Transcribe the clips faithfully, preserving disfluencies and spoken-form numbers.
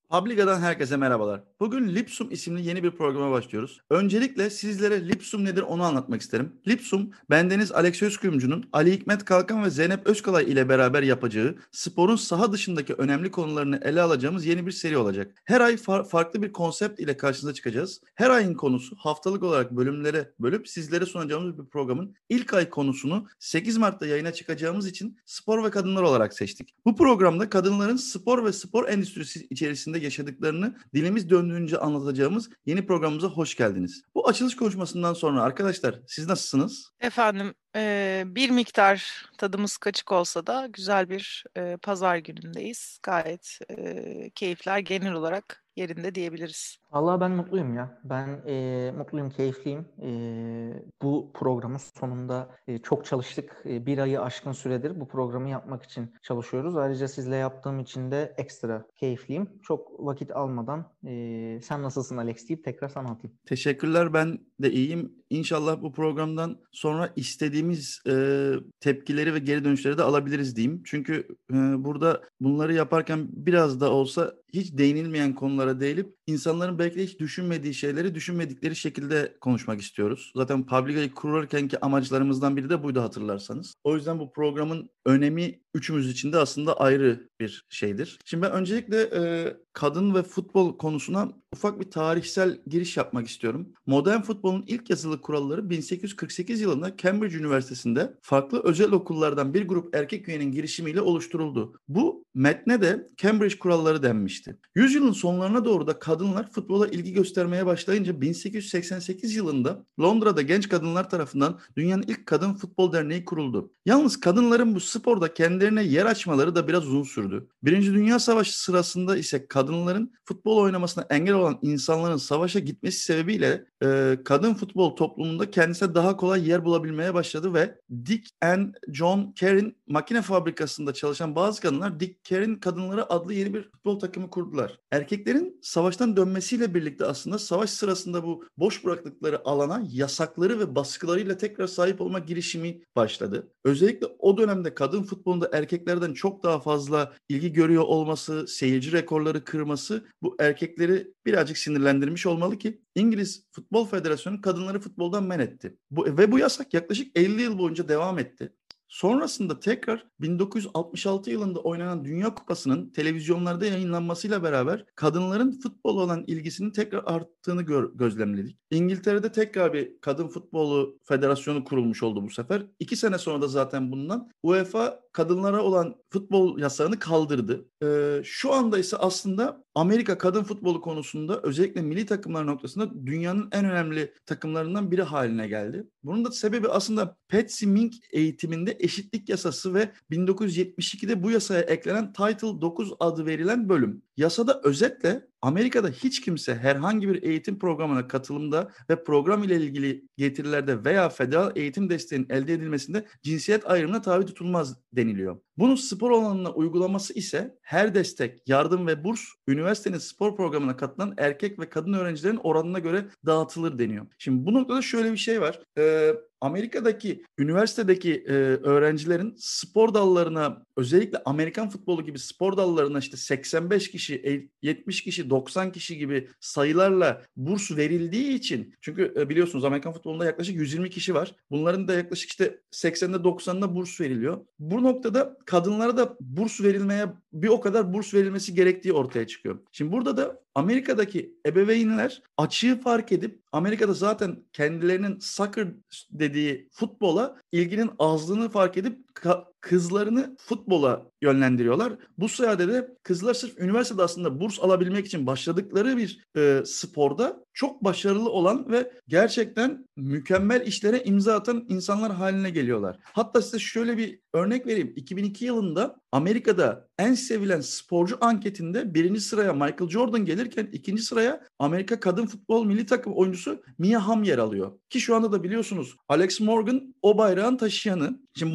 Publica'dan herkese merhabalar. Bugün Lipsum isimli yeni bir programa başlıyoruz. Öncelikle sizlere Lipsum nedir onu anlatmak isterim. Lipsum, bendeniz Alex Özkuyumcu'nun Ali Hikmet Kalkan ve Zeynep Özkalay ile beraber yapacağı sporun saha dışındaki önemli konularını ele alacağımız yeni bir seri olacak. Her ay far- farklı bir konsept ile karşınıza çıkacağız. Her ayın konusu haftalık olarak bölümlere bölüp sizlere sunacağımız bir programın ilk ay konusunu sekiz Mart'ta yayına çıkacağımız için spor ve kadınlar olarak seçtik. Bu programda kadınların spor ve spor endüstrisi içerisinde yaşadıklarını dilimiz döndüğünce anlatacağımız yeni programımıza hoş geldiniz. Bu açılış konuşmasından sonra arkadaşlar siz nasılsınız? Efendim, eee, bir miktar tadımız kaçık olsa da güzel bir eee, pazar günündeyiz. Gayet eee, keyifler genel olarak yerinde diyebiliriz. Vallahi ben mutluyum ya. Ben eee, mutluyum, keyifliyim. Eee, bu programın sonunda eee, çok çalıştık. Eee, bir ayı aşkın süredir bu programı yapmak için çalışıyoruz. Ayrıca sizle yaptığım için de ekstra keyifliyim. Çok vakit almadan eee, sen nasılsın Alex deyip tekrar sana atayım. Teşekkürler, ben de iyiyim. İnşallah bu programdan sonra istediğimiz e, tepkileri ve geri dönüşleri de alabiliriz diyeyim. Çünkü e, burada bunları yaparken biraz da olsa hiç değinilmeyen konulara değinip insanların belki de hiç düşünmediği şeyleri düşünmedikleri şekilde konuşmak istiyoruz. Zaten Publica'yı kurarkenki amaçlarımızdan biri de buydu hatırlarsanız. O yüzden bu programın önemi üçümüz için de aslında ayrı bir şeydir. Şimdi ben öncelikle e, kadın ve futbol konusuna ufak bir tarihsel giriş yapmak istiyorum. Modern futbolun ilk yazılı kuralları bin sekiz yüz kırk sekiz yılında Cambridge Üniversitesi'nde farklı özel okullardan bir grup erkek üyenin girişimiyle oluşturuldu. Bu metne de Cambridge kuralları denmişti. Yüzyılın sonlarına doğru da kadınlar futbola ilgi göstermeye başlayınca bin sekiz yüz seksen sekiz yılında Londra'da genç kadınlar tarafından dünyanın ilk kadın futbol derneği kuruldu. Yalnız kadınların bu sporda kendilerine yer açmaları da biraz uzun sürdü. Birinci Dünya Savaşı sırasında ise kadınların futbol oynamasına engel olan insanların savaşa gitmesi sebebiyle e, kadın futbol toplumunda kendisine daha kolay yer bulabilmeye başladı ve Dick and John Care'in makine fabrikasında çalışan bazı kadınlar Dick Care'in Kadınları adlı yeni bir futbol takımı kurdular. Erkeklerin savaştan dönmesiyle birlikte aslında savaş sırasında bu boş bıraktıkları alana yasakları ve baskılarıyla tekrar sahip olma girişimi başladı. Özellikle o dönemde kadın futbolunda erkeklerden çok daha fazla ilgi görüyor olması, seyirci rekorları kırması bu erkekleri birazcık sinirlendirmiş olmalı ki İngiliz Futbol Federasyonu kadınları futboldan men etti. Bu, ve bu yasak yaklaşık elli yıl boyunca devam etti. Sonrasında tekrar bin dokuz yüz altmış altı yılında oynanan Dünya Kupası'nın televizyonlarda yayınlanmasıyla beraber kadınların futbol olan ilgisinin tekrar arttığını gör, gözlemledik. İngiltere'de tekrar bir kadın futbolu federasyonu kurulmuş oldu bu sefer. İki sene sonra da zaten bundan UEFA kadınlara olan futbol yasağını kaldırdı. Ee, şu anda ise aslında Amerika kadın futbolu konusunda özellikle milli takımlar noktasında dünyanın en önemli takımlarından biri haline geldi. Bunun da sebebi aslında Patsy Mink eğitiminde eşitlik yasası ve bin dokuz yüz yetmiş ikide bu yasaya eklenen Title dokuz adı verilen bölüm. Yasada özetle Amerika'da hiç kimse herhangi bir eğitim programına katılımda ve program ile ilgili getirilerde veya federal eğitim desteğinin elde edilmesinde cinsiyet ayrımına tabi tutulmaz deniliyor. Bunun spor alanına uygulaması ise her destek, yardım ve burs üniversitenin spor programına katılan erkek ve kadın öğrencilerin oranına göre dağıtılır deniyor. Şimdi bu noktada şöyle bir şey var. Ee, Amerika'daki üniversitedeki e, öğrencilerin spor dallarına özellikle Amerikan futbolu gibi spor dallarına işte seksen beş kişi, yetmiş kişi, doksan kişi gibi sayılarla burs verildiği için çünkü e, biliyorsunuz Amerikan futbolunda yaklaşık yüz yirmi kişi var. Bunların da yaklaşık işte sekseninde doksanında burs veriliyor. Bu noktada kadınlara da burs verilmeye bir o kadar burs verilmesi gerektiği ortaya çıkıyor. Şimdi burada da Amerika'daki ebeveynler açığı fark edip Amerika'da zaten kendilerinin soccer dediği futbola ilginin azlığını fark edip ka- kızlarını futbola yönlendiriyorlar. Bu sayede de kızlar sırf üniversitede aslında burs alabilmek için başladıkları bir e, sporda çok başarılı olan ve gerçekten mükemmel işlere imza atan insanlar haline geliyorlar. Hatta size şöyle bir örnek vereyim. iki bin iki yılında Amerika'da en sevilen sporcu anketinde birinci sıraya Michael Jordan gelirken ikinci sıraya Amerika kadın futbol milli takım oyuncusu Mia Hamm yer alıyor. Ki şu anda da biliyorsunuz Alex Morgan o bayrağın taşıyanı. Şimdi bundan sonra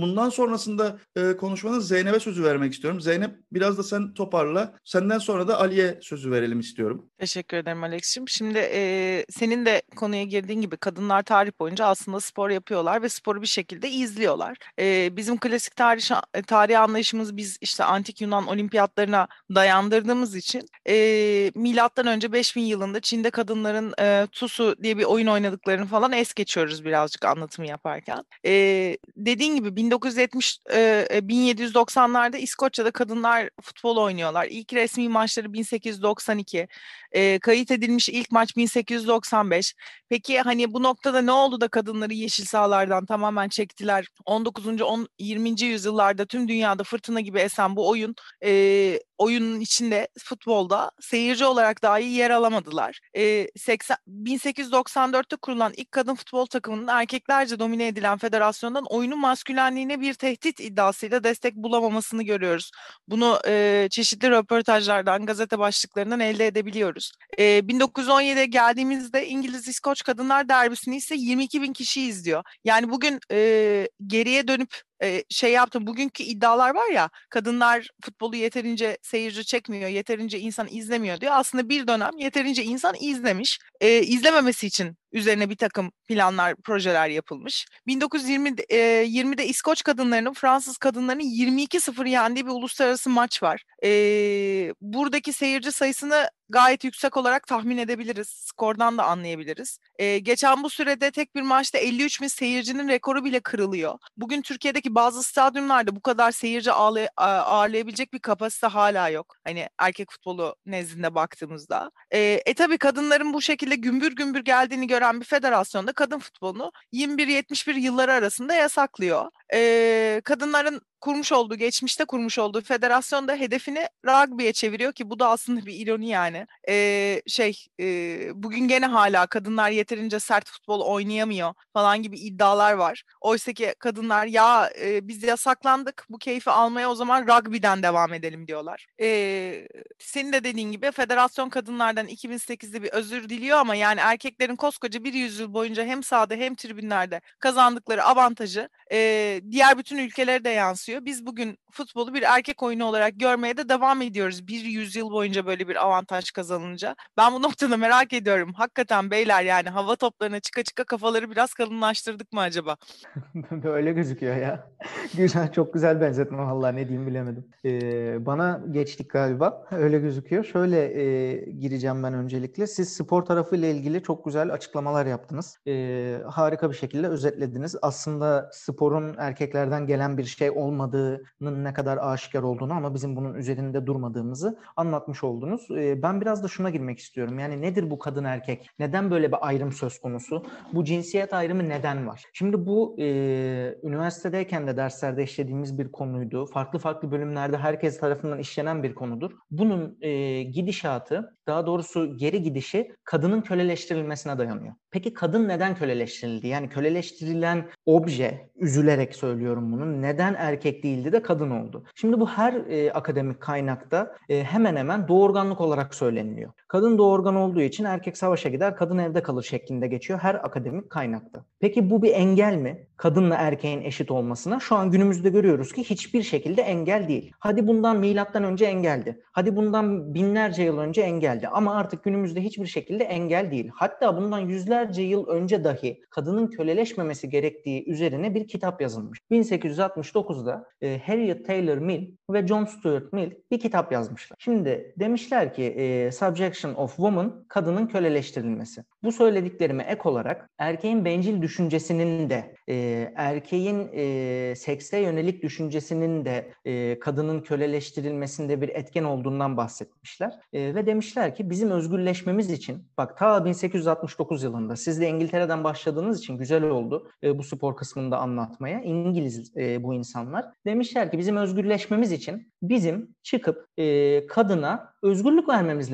sonrasında e, konuşmanın Zeynep'e sözü vermek istiyorum. Zeynep, biraz da sen toparla. Senden sonra da Ali'ye sözü verelim istiyorum. Teşekkür ederim Alex'ciğim. Şimdi e, senin de konuya girdiğin gibi kadınlar tarih boyunca aslında spor yapıyorlar ve sporu bir şekilde izliyorlar. E, bizim klasik tarih tarih anlayışımız biz işte antik Yunan olimpiyatlarına dayandırdığımız için e, milattan önce beş bin yılında Çin'de kadınların e, Tusu diye bir oyun oynadıklarını falan es geçiyoruz birazcık anlatımı yaparken. E, dediğin gibi bin dokuz yüz yetmiş e, bin yedi yüz doksanlarda İskoçya'da kadınlar futbol oynuyorlar. İlk resmi maçları bin sekiz yüz doksan iki. E, kayıt edilmiş ilk maç bin sekiz yüz doksan beş. Peki hani bu noktada ne oldu da kadınları yeşil sahalardan tamamen çektiler? on dokuzuncu on yirminci yüzyıllarda tüm dünyada fırtına gibi esen bu oyun e, oyunun içinde futbolda seyirci olarak dahi yer alamadılar. E, seksen, bin sekiz yüz doksan dörtte kurulan ilk kadın futbol takımının erkeklerce domine edilen federasyondan oyunun maskülenliğine bir tehdit iddiasıyla destek bulamamasını görüyoruz. Bunu e, çeşitli röportajlardan, gazete başlıklarından elde edebiliyoruz. E, bin dokuz yüz on yediye geldiğimizde İngiliz-İskoç kadınlar derbisini ise yirmi iki bin kişi izliyor. Yani bugün e, geriye dönüp e, şey yaptım. Bugünkü iddialar var ya, kadınlar futbolu yeterince seyirci çekmiyor, yeterince insan izlemiyor diyor. Aslında bir dönem yeterince insan izlemiş. E, izlememesi için üzerine bir takım planlar, projeler yapılmış. bin dokuz yüz yirmide İskoç kadınlarının Fransız kadınlarının yirmi iki sıfır yendiği bir uluslararası maç var. E, buradaki seyirci sayısını gayet yüksek olarak tahmin edebiliriz. Skordan da anlayabiliriz. E, geçen bu sürede tek bir maçta elli üç bin seyircinin rekoru bile kırılıyor. Bugün Türkiye'deki bazı stadyumlarda bu kadar seyirci ağlay- ağırlayabilecek bir kapasite hala yok. Hani erkek futbolu nezdinde baktığımızda. E, e tabii kadınların bu şekilde gümbür gümbür geldiğini gören bir federasyonda kadın futbolunu yirmi bir yetmiş bir yılları arasında yasaklıyor. E, kadınların kurmuş olduğu, geçmişte kurmuş olduğu federasyon da hedefini rugby'ye çeviriyor ki bu da aslında bir ironi yani. Ee, şey, e, bugün gene hala kadınlar yeterince sert futbol oynayamıyor falan gibi iddialar var. Oysa ki kadınlar ya e, biz yasaklandık, bu keyfi almaya o zaman rugby'den devam edelim diyorlar. Ee, senin de dediğin gibi federasyon kadınlardan iki bin sekizde bir özür diliyor ama yani erkeklerin koskoca bir yüzyıl boyunca hem sahada hem tribünlerde kazandıkları avantajı e, diğer bütün ülkelere de yansıyor. Biz bugün futbolu bir erkek oyunu olarak görmeye de devam ediyoruz. Bir yüzyıl boyunca böyle bir avantaj kazanınca. Ben bu noktada merak ediyorum. Hakikaten beyler yani hava toplarına çıka çıka kafaları biraz kalınlaştırdık mı acaba? Böyle gözüküyor ya. Güzel, çok güzel benzetme vallahi, ne diyeyim bilemedim. Ee, bana geçtik galiba. Öyle gözüküyor. Şöyle e, gireceğim ben öncelikle. Siz spor tarafıyla ilgili çok güzel açıklamalar yaptınız. Ee, harika bir şekilde özetlediniz. Aslında sporun erkeklerden gelen bir şey olmadığının ne kadar aşikar olduğunu ama bizim bunun üzerinde durmadığımızı anlatmış oldunuz. Ee, ben biraz da şuna girmek istiyorum. Yani nedir bu kadın erkek? Neden böyle bir ayrım söz konusu? Bu cinsiyet ayrımı neden var? Şimdi bu e, üniversitedeyken de derslerde işlediğimiz bir konuydu. Farklı farklı bölümlerde herkes tarafından işlenen bir konudur. Bunun e, gidişatı, daha doğrusu geri gidişi kadının köleleştirilmesine dayanıyor. Peki kadın neden köleleştirildi? Yani köleleştirilen obje, üzülerek söylüyorum bunu, neden erkek değildi de kadın oldu? Şimdi bu her e, akademik kaynakta e, hemen hemen doğurganlık olarak söyleniliyor. Kadın doğurgan olduğu için erkek savaşa gider, kadın evde kalır şeklinde geçiyor her akademik kaynakta. Peki bu bir engel mi? Kadınla erkeğin eşit olmasına şu an günümüzde görüyoruz ki hiçbir şekilde engel değil. Hadi bundan milattan önce engeldi. Hadi bundan binlerce yıl önce engeldi. Ama artık günümüzde hiçbir şekilde engel değil. Hatta bundan yüzlerce yıl önce dahi kadının köleleşmemesi gerektiği üzerine bir kitap yazılmış. bin sekiz yüz altmış dokuzda e, Harriet Taylor Mill ve John Stuart Mill bir kitap yazmışlar. Şimdi demişler ki e, Subjection of Woman, kadının köleleştirilmesi. Bu söylediklerime ek olarak erkeğin bencil düşüncesinin de e, erkeğin e, sekse yönelik düşüncesinin de e, kadının köleleştirilmesinde bir etken olduğundan bahsetmişler. E, ve demişler ki bizim özgürleşmemiz için, bak ta bin sekiz yüz altmış dokuz yılında, siz de İngiltere'den başladığınız için güzel oldu e, bu spor kısmında anlatmaya. İngiliz e, bu insanlar. Demişler ki bizim özgürleşmemiz için bizim çıkıp e, kadına özgürlük vermemiz lazım.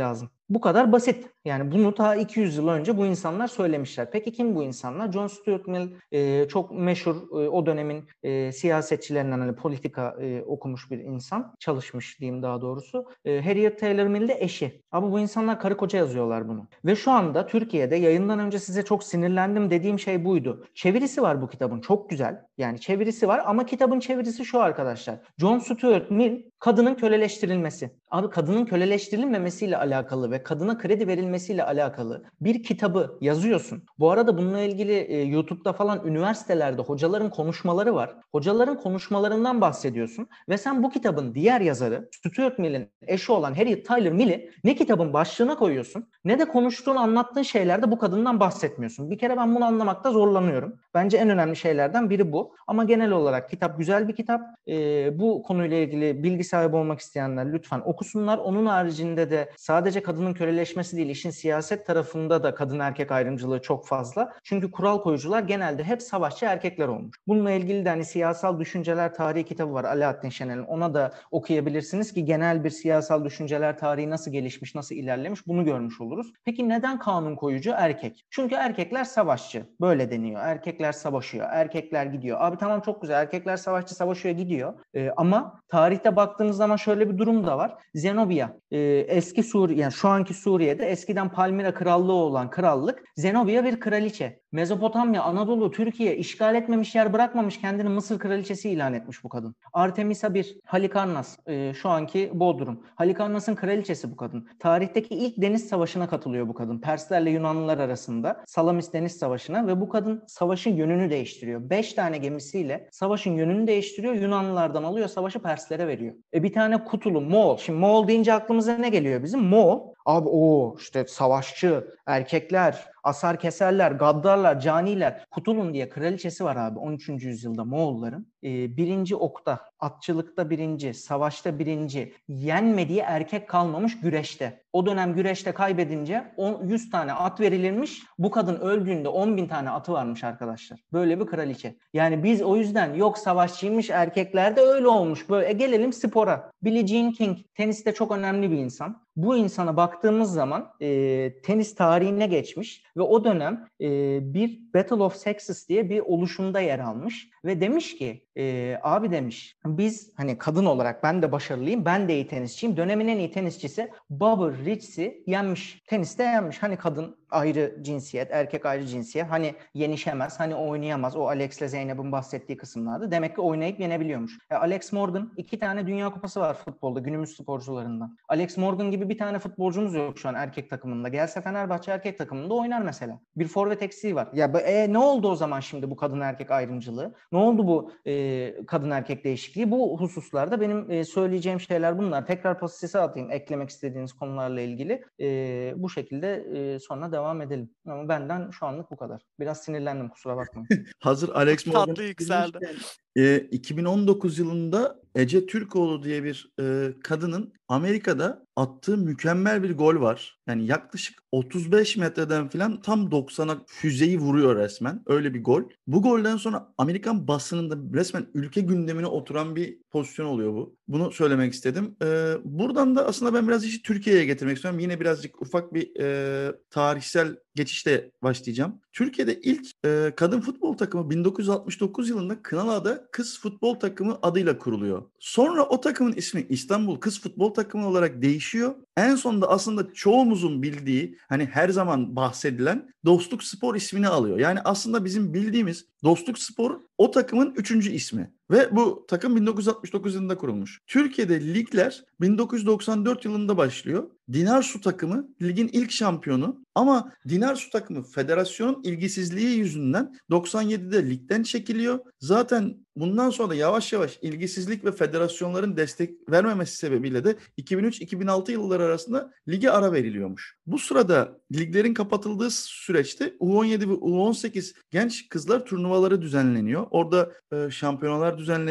Bu kadar basit. Yani bunu ta iki yüz yıl önce bu insanlar söylemişler. Peki kim bu insanlar? John Stuart Mill e, çok meşhur e, o dönemin e, siyasetçilerinden, hani politika e, okumuş bir insan. Çalışmış diyeyim daha doğrusu. E, Harriet Taylor Mill de eşi. Ama bu insanlar karı koca yazıyorlar bunu. Ve şu anda Türkiye'de yayından önce size çok sinirlendim dediğim şey buydu. Çevirisi var bu kitabın. Çok güzel. Yani çevirisi var ama kitabın çevirisi şu arkadaşlar. John Stuart Mill kadının köleleştirilmesi. Abi kadının köleleştirilmemesiyle alakalı ve kadına kredi verilmesiyle alakalı bir kitabı yazıyorsun. Bu arada bununla ilgili e, YouTube'da falan üniversitelerde hocaların konuşmaları var. Hocaların konuşmalarından bahsediyorsun ve sen bu kitabın diğer yazarı Stuart Mill'in eşi olan Harriet Taylor Mill'i ne kitabın başlığına koyuyorsun ne de konuştuğun, anlattığın şeylerde bu kadından bahsetmiyorsun. Bir kere ben bunu anlamakta zorlanıyorum. Bence en önemli şeylerden biri bu. Ama genel olarak kitap güzel bir kitap. E, bu konuyla ilgili bilgi sahibi olmak isteyenler lütfen okusunlar. Onun haricinde de sadece kadının köleleşmesi değil, işin siyaset tarafında da kadın erkek ayrımcılığı çok fazla. Çünkü kural koyucular genelde hep savaşçı erkekler olmuş. Bununla ilgili de hani Siyasal Düşünceler Tarihi kitabı var Alaaddin Şenel'in. Ona da okuyabilirsiniz ki genel bir siyasal düşünceler tarihi nasıl gelişmiş, nasıl ilerlemiş bunu görmüş oluruz. Peki neden kanun koyucu erkek? Çünkü erkekler savaşçı. Böyle deniyor. Erkekler savaşıyor. Erkekler gidiyor. Abi tamam, çok güzel. Erkekler savaşçı, savaşıyor, gidiyor. Ee, ama tarihte baktığınız zaman şöyle bir durum da var. Zenobia, e, eski Suriye, yani şu anki Suriye'de eskiden Palmira Krallığı olan krallık, Zenobia bir kraliçe. Mezopotamya, Anadolu, Türkiye işgal etmemiş, yer bırakmamış, kendini Mısır kraliçesi ilan etmiş bu kadın. Artemisa bir, Halikarnas, e, şu anki Bodrum. Halikarnas'ın kraliçesi bu kadın. Tarihteki ilk deniz savaşına katılıyor bu kadın. Perslerle Yunanlılar arasında Salamis Deniz Savaşı'na ve bu kadın savaşın yönünü değiştiriyor. Beş tane gemisiyle savaşın yönünü değiştiriyor. Yunanlılardan alıyor, savaşı Perslere veriyor. E bir tane Kutulu, Moğol. Şimdi Moğol deyince aklımıza ne geliyor bizim? Moğol. Abi o işte savaşçı, erkekler, asar keserler, gaddarlar, caniler. Kutulun diye kraliçesi var abi on üçüncü yüzyılda Moğolların. Ee, birinci okta, atçılıkta birinci, savaşta birinci, yenmediği erkek kalmamış güreşte. O dönem güreşte kaybedince yüz tane at verilirmiş. Bu kadın öldüğünde on bin tane atı varmış arkadaşlar. Böyle bir kraliçe. Yani biz o yüzden yok savaşçıymış, erkeklerde öyle olmuş. Böyle e, gelelim spora. Billie Jean King teniste çok önemli bir insan. Bu insana baktığımız zaman e, tenis tarihine geçmiş ve o dönem e, bir Battle of Sexes diye bir oluşumda yer almış ve demiş ki e, abi demiş, biz hani kadın olarak ben de başarılıyım, ben de iyi tenisçiyim. Dönemin en iyi tenisçisi Barbara Ricci yenmiş. Teniste yenmiş. Hani kadın ayrı cinsiyet, erkek ayrı cinsiyet. Hani yenişemez, hani oynayamaz. O Alex'le Zeynep'in bahsettiği kısımlarda. Demek ki oynayıp yenebiliyormuş. E, Alex Morgan, iki tane dünya kupası var futbolda günümüz sporcularından. Alex Morgan gibi bir tane futbolcumuz yok şu an erkek takımında. Gelse Fenerbahçe erkek takımında oynar mesela. Bir forvet eksiği var. Ya e, ne oldu o zaman şimdi bu kadın erkek ayrımcılığı? Ne oldu bu e, kadın erkek değişikliği? Bu hususlarda benim e, söyleyeceğim şeyler bunlar. Tekrar pası size atayım eklemek istediğiniz konularla ilgili. E, bu şekilde e, sonra devam edelim. Ama benden şu anlık bu kadar. Biraz sinirlendim, kusura bakmayın. Hazır Alex Morgan Tatlı yükseldi. E, iki bin on dokuz yılında Ece Türkoğlu diye bir e, kadının Amerika'da attığı mükemmel bir gol var. Yani yaklaşık otuz beş metreden falan tam doksana füzeyi vuruyor resmen. Öyle bir gol. Bu golden sonra Amerikan basınında resmen ülke gündemine oturan bir pozisyon oluyor bu. Bunu söylemek istedim. E, buradan da aslında ben biraz işi Türkiye'ye getirmek istiyorum. Yine birazcık ufak bir e, tarihsel geçişle başlayacağım. Türkiye'de ilk e, kadın futbol takımı bin dokuz yüz altmış dokuz yılında Kınalıada Kız Futbol Takımı adıyla kuruluyor. Sonra o takımın ismi İstanbul Kız Futbol Takımı olarak değişiyor. En sonunda aslında çoğumuzun bildiği, hani her zaman bahsedilen Dostluk Spor ismini alıyor. Yani aslında bizim bildiğimiz Dostluk Spor o takımın üçüncü ismi. Ve bu takım bin dokuz yüz altmış dokuz yılında kurulmuş. Türkiye'de ligler bin dokuz yüz doksan dört yılında başlıyor. Dinarsu takımı ligin ilk şampiyonu. Ama Dinarsu takımı federasyonun ilgisizliği yüzünden doksan yedide ligden çekiliyor. Zaten bundan sonra da yavaş yavaş ilgisizlik ve federasyonların destek vermemesi sebebiyle de iki bin üç iki bin altı yılları arasında lige ara veriliyormuş. Bu sırada liglerin kapatıldığı süreçte U on yedi ve U on sekiz genç kızlar turnuvaları düzenleniyor. Orada e, şampiyonalar düzenleniyor.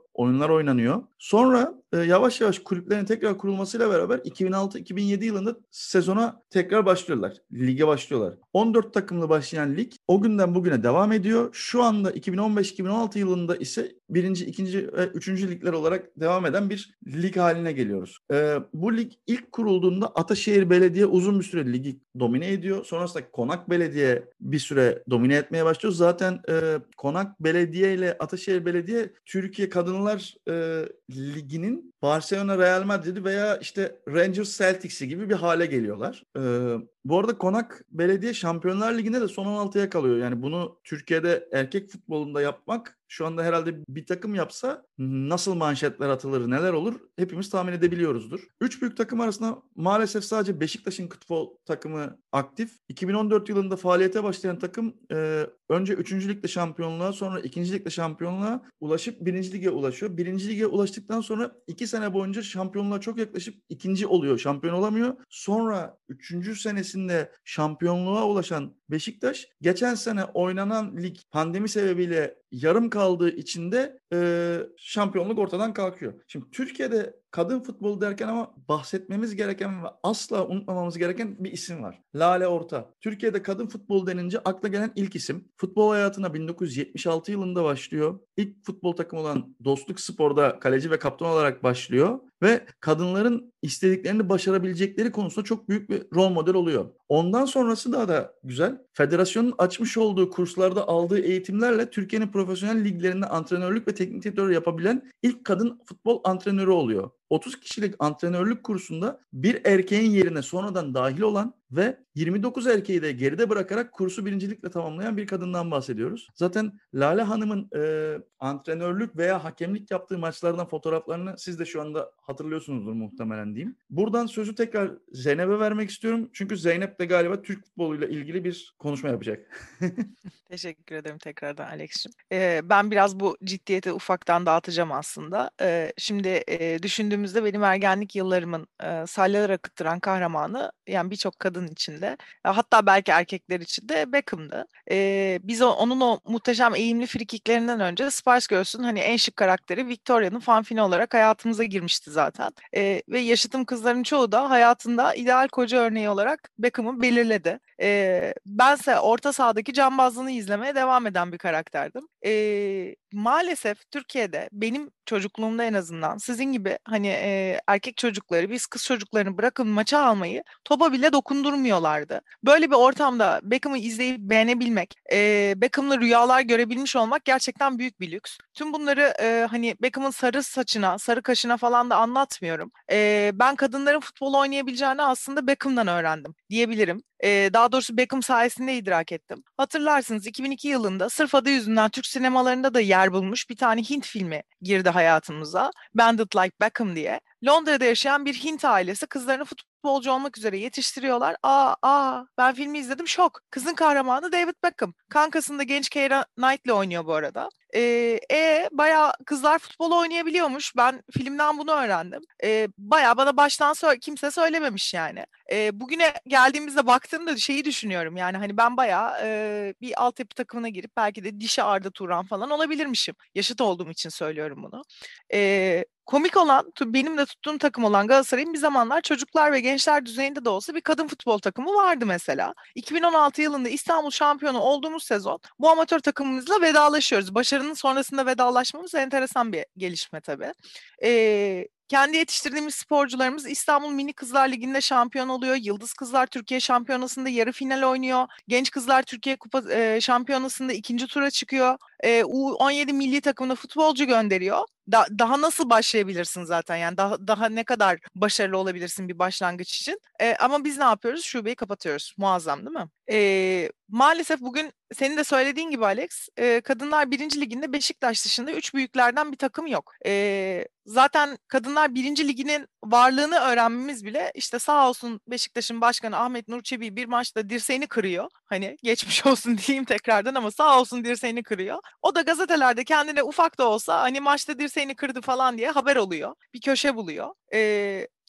oyunlar oynanıyor. Sonra e, yavaş yavaş kulüplerin tekrar kurulmasıyla beraber iki bin altı iki bin yedi yılında sezona tekrar başlıyorlar. Lige başlıyorlar. on dört takımlı başlayan lig o günden bugüne devam ediyor. Şu anda iki bin on beş iki bin on altı yılında ise birinci, ikinci ve üçüncü ligler olarak devam eden bir lig haline geliyoruz. E, bu lig ilk kurulduğunda Ataşehir Belediye uzun bir süre ligi domine ediyor. Sonrasında Konak Belediye bir süre domine etmeye başlıyor. Zaten e, Konak Belediye ile Ataşehir Belediye Türkiye Kadınlar e, Ligi'nin Barcelona, Real Madrid'i veya işte Rangers Celtics'i gibi bir hale geliyorlar. E, bu arada Konak Belediye Şampiyonlar Ligi'nde de son on altıya kalıyor. Yani bunu Türkiye'de erkek futbolunda yapmak şu anda herhalde bir takım yapsa nasıl manşetler atılır, neler olur hepimiz tahmin edebiliyoruzdur. Üç büyük takım arasında maalesef sadece Beşiktaş'ın futbol takımı aktif. iki bin on dört yılında faaliyete başlayan takım e, önce üçüncü ligde şampiyonluğa, sonra ikinci ligde şampiyonluğa ulaşıp birinci lige ulaşıyor. Birinci lige ulaştıktan sonra iki sene boyunca şampiyonluğa çok yaklaşıp ikinci oluyor, şampiyon olamıyor. Sonra üçüncü senesinde şampiyonluğa ulaşan Beşiktaş geçen sene oynanan lig pandemi sebebiyle yarım kaldığı için de e, şampiyonluk ortadan kalkıyor. Şimdi Türkiye'de kadın futbolu derken ama bahsetmemiz gereken ve asla unutmamamız gereken bir isim var. Lale Orta. Türkiye'de kadın futbolu denince akla gelen ilk isim. Futbol hayatına bin dokuz yüz yetmiş altı yılında başlıyor. İlk futbol takımı olan Dostluk Spor'da kaleci ve kaptan olarak başlıyor ve kadınların istediklerini başarabilecekleri konusunda çok büyük bir rol model oluyor. Ondan sonrası daha da güzel. Federasyonun açmış olduğu kurslarda aldığı eğitimlerle Türkiye'nin profesyonel liglerinde antrenörlük ve teknik direktör yapabilen ilk kadın futbol antrenörü oluyor. otuz kişilik antrenörlük kursunda bir erkeğin yerine sonradan dahil olan ve yirmi dokuz erkeği de geride bırakarak kursu birincilikle tamamlayan bir kadından bahsediyoruz. Zaten Lale Hanım'ın e, antrenörlük veya hakemlik yaptığı maçlardan fotoğraflarını siz de şu anda hatırlıyorsunuzdur muhtemelen diyeyim. Buradan sözü tekrar Zeynep'e vermek istiyorum. Çünkü Zeynep de galiba Türk futboluyla ilgili bir konuşma yapacak. Teşekkür ederim tekrardan Alex'cim. Ee, ben biraz bu ciddiyeti ufaktan dağıtacağım aslında. Ee, şimdi e, düşündüğümüzde benim ergenlik yıllarımın e, salyalar akıttıran kahramanı, yani birçok kadın içinde, hatta belki erkekler içinde Beckham'dı. Ee, biz o, onun o muhteşem eğimli frikiklerinden önce Spice Girls'ün hani en şık karakteri Victoria'nın fanfini olarak hayatımıza girmişti zaten. Ee, ve yaşadığım kızların çoğu da hayatında ideal koca örneği olarak Beckham'ı belirledi. Ee, bense orta sahadaki cambazlığını izlemeye devam eden bir karakterdim. Ee, maalesef Türkiye'de benim çocukluğumda en azından sizin gibi hani e, erkek çocukları, biz kız çocuklarını bırakın maça almayı topa bile dokundurmuyorlardı. Böyle bir ortamda Beckham'ı izleyip beğenebilmek, e, Beckham'la rüyalar görebilmiş olmak gerçekten büyük bir lüks. Tüm bunları e, hani Beckham'ın sarı saçına, sarı kaşına falan da anlatmıyorum. E, ben kadınların futbol oynayabileceğini aslında Beckham'dan öğrendim diyebilirim. Ee, daha doğrusu Beckham sayesinde idrak ettim. Hatırlarsınız iki bin iki yılında sırf adı yüzünden Türk sinemalarında da yer bulmuş bir tane Hint filmi girdi hayatımıza. Bandit Like Beckham diye. Londra'da yaşayan bir Hint ailesi kızlarını futbolcu olmak üzere yetiştiriyorlar. Aa, aa ben filmi izledim, şok. Kızın kahramanı David Beckham. Kankasında genç Keira Knightley oynuyor bu arada. Ee, e, bayağı kızlar futbol oynayabiliyormuş. Ben filmden bunu öğrendim. Ee, bayağı bana baştan sö- kimse söylememiş yani. Ee, bugüne geldiğimizde baktığımda şeyi düşünüyorum. Yani hani ben bayağı e, bir altyapı takımına girip belki de dişi Arda Turan falan olabilirmişim. Yaşıt olduğum için söylüyorum bunu. Ee, Komik olan, benim de tuttuğum takım olan Galatasaray'ın bir zamanlar çocuklar ve gençler düzeyinde de olsa bir kadın futbol takımı vardı mesela. iki bin on altı yılında İstanbul şampiyonu olduğumuz sezon bu amatör takımımızla vedalaşıyoruz. Başarının sonrasında vedalaşmamız enteresan bir gelişme tabii. Ee, Kendi yetiştirdiğimiz sporcularımız İstanbul Mini Kızlar Ligi'nde şampiyon oluyor. Yıldız Kızlar Türkiye Şampiyonası'nda yarı final oynuyor. Genç Kızlar Türkiye Kupa e, Şampiyonası'nda ikinci tura çıkıyor. E, U on yedi milli takımına futbolcu gönderiyor. Da, daha nasıl başlayabilirsin zaten, yani daha, daha ne kadar başarılı olabilirsin bir başlangıç için. E, ama biz ne yapıyoruz? Şubeyi kapatıyoruz. Muazzam değil mi? E, maalesef bugün senin de söylediğin gibi Alex, e, Kadınlar birinci Ligi'nde Beşiktaş dışında üç büyüklerden bir takım yok. E, zaten Kadınlar birinci Ligi'nin varlığını öğrenmemiz bile işte sağ olsun Beşiktaş'ın başkanı Ahmet Nur Çebi bir maçta dirseğini kırıyor. Hani geçmiş olsun diyeyim tekrardan ama sağ olsun dirseğini kırıyor. O da gazetelerde kendine ufak da olsa hani maçta dirseğini kırdı falan diye haber oluyor. Bir köşe buluyor. Ee,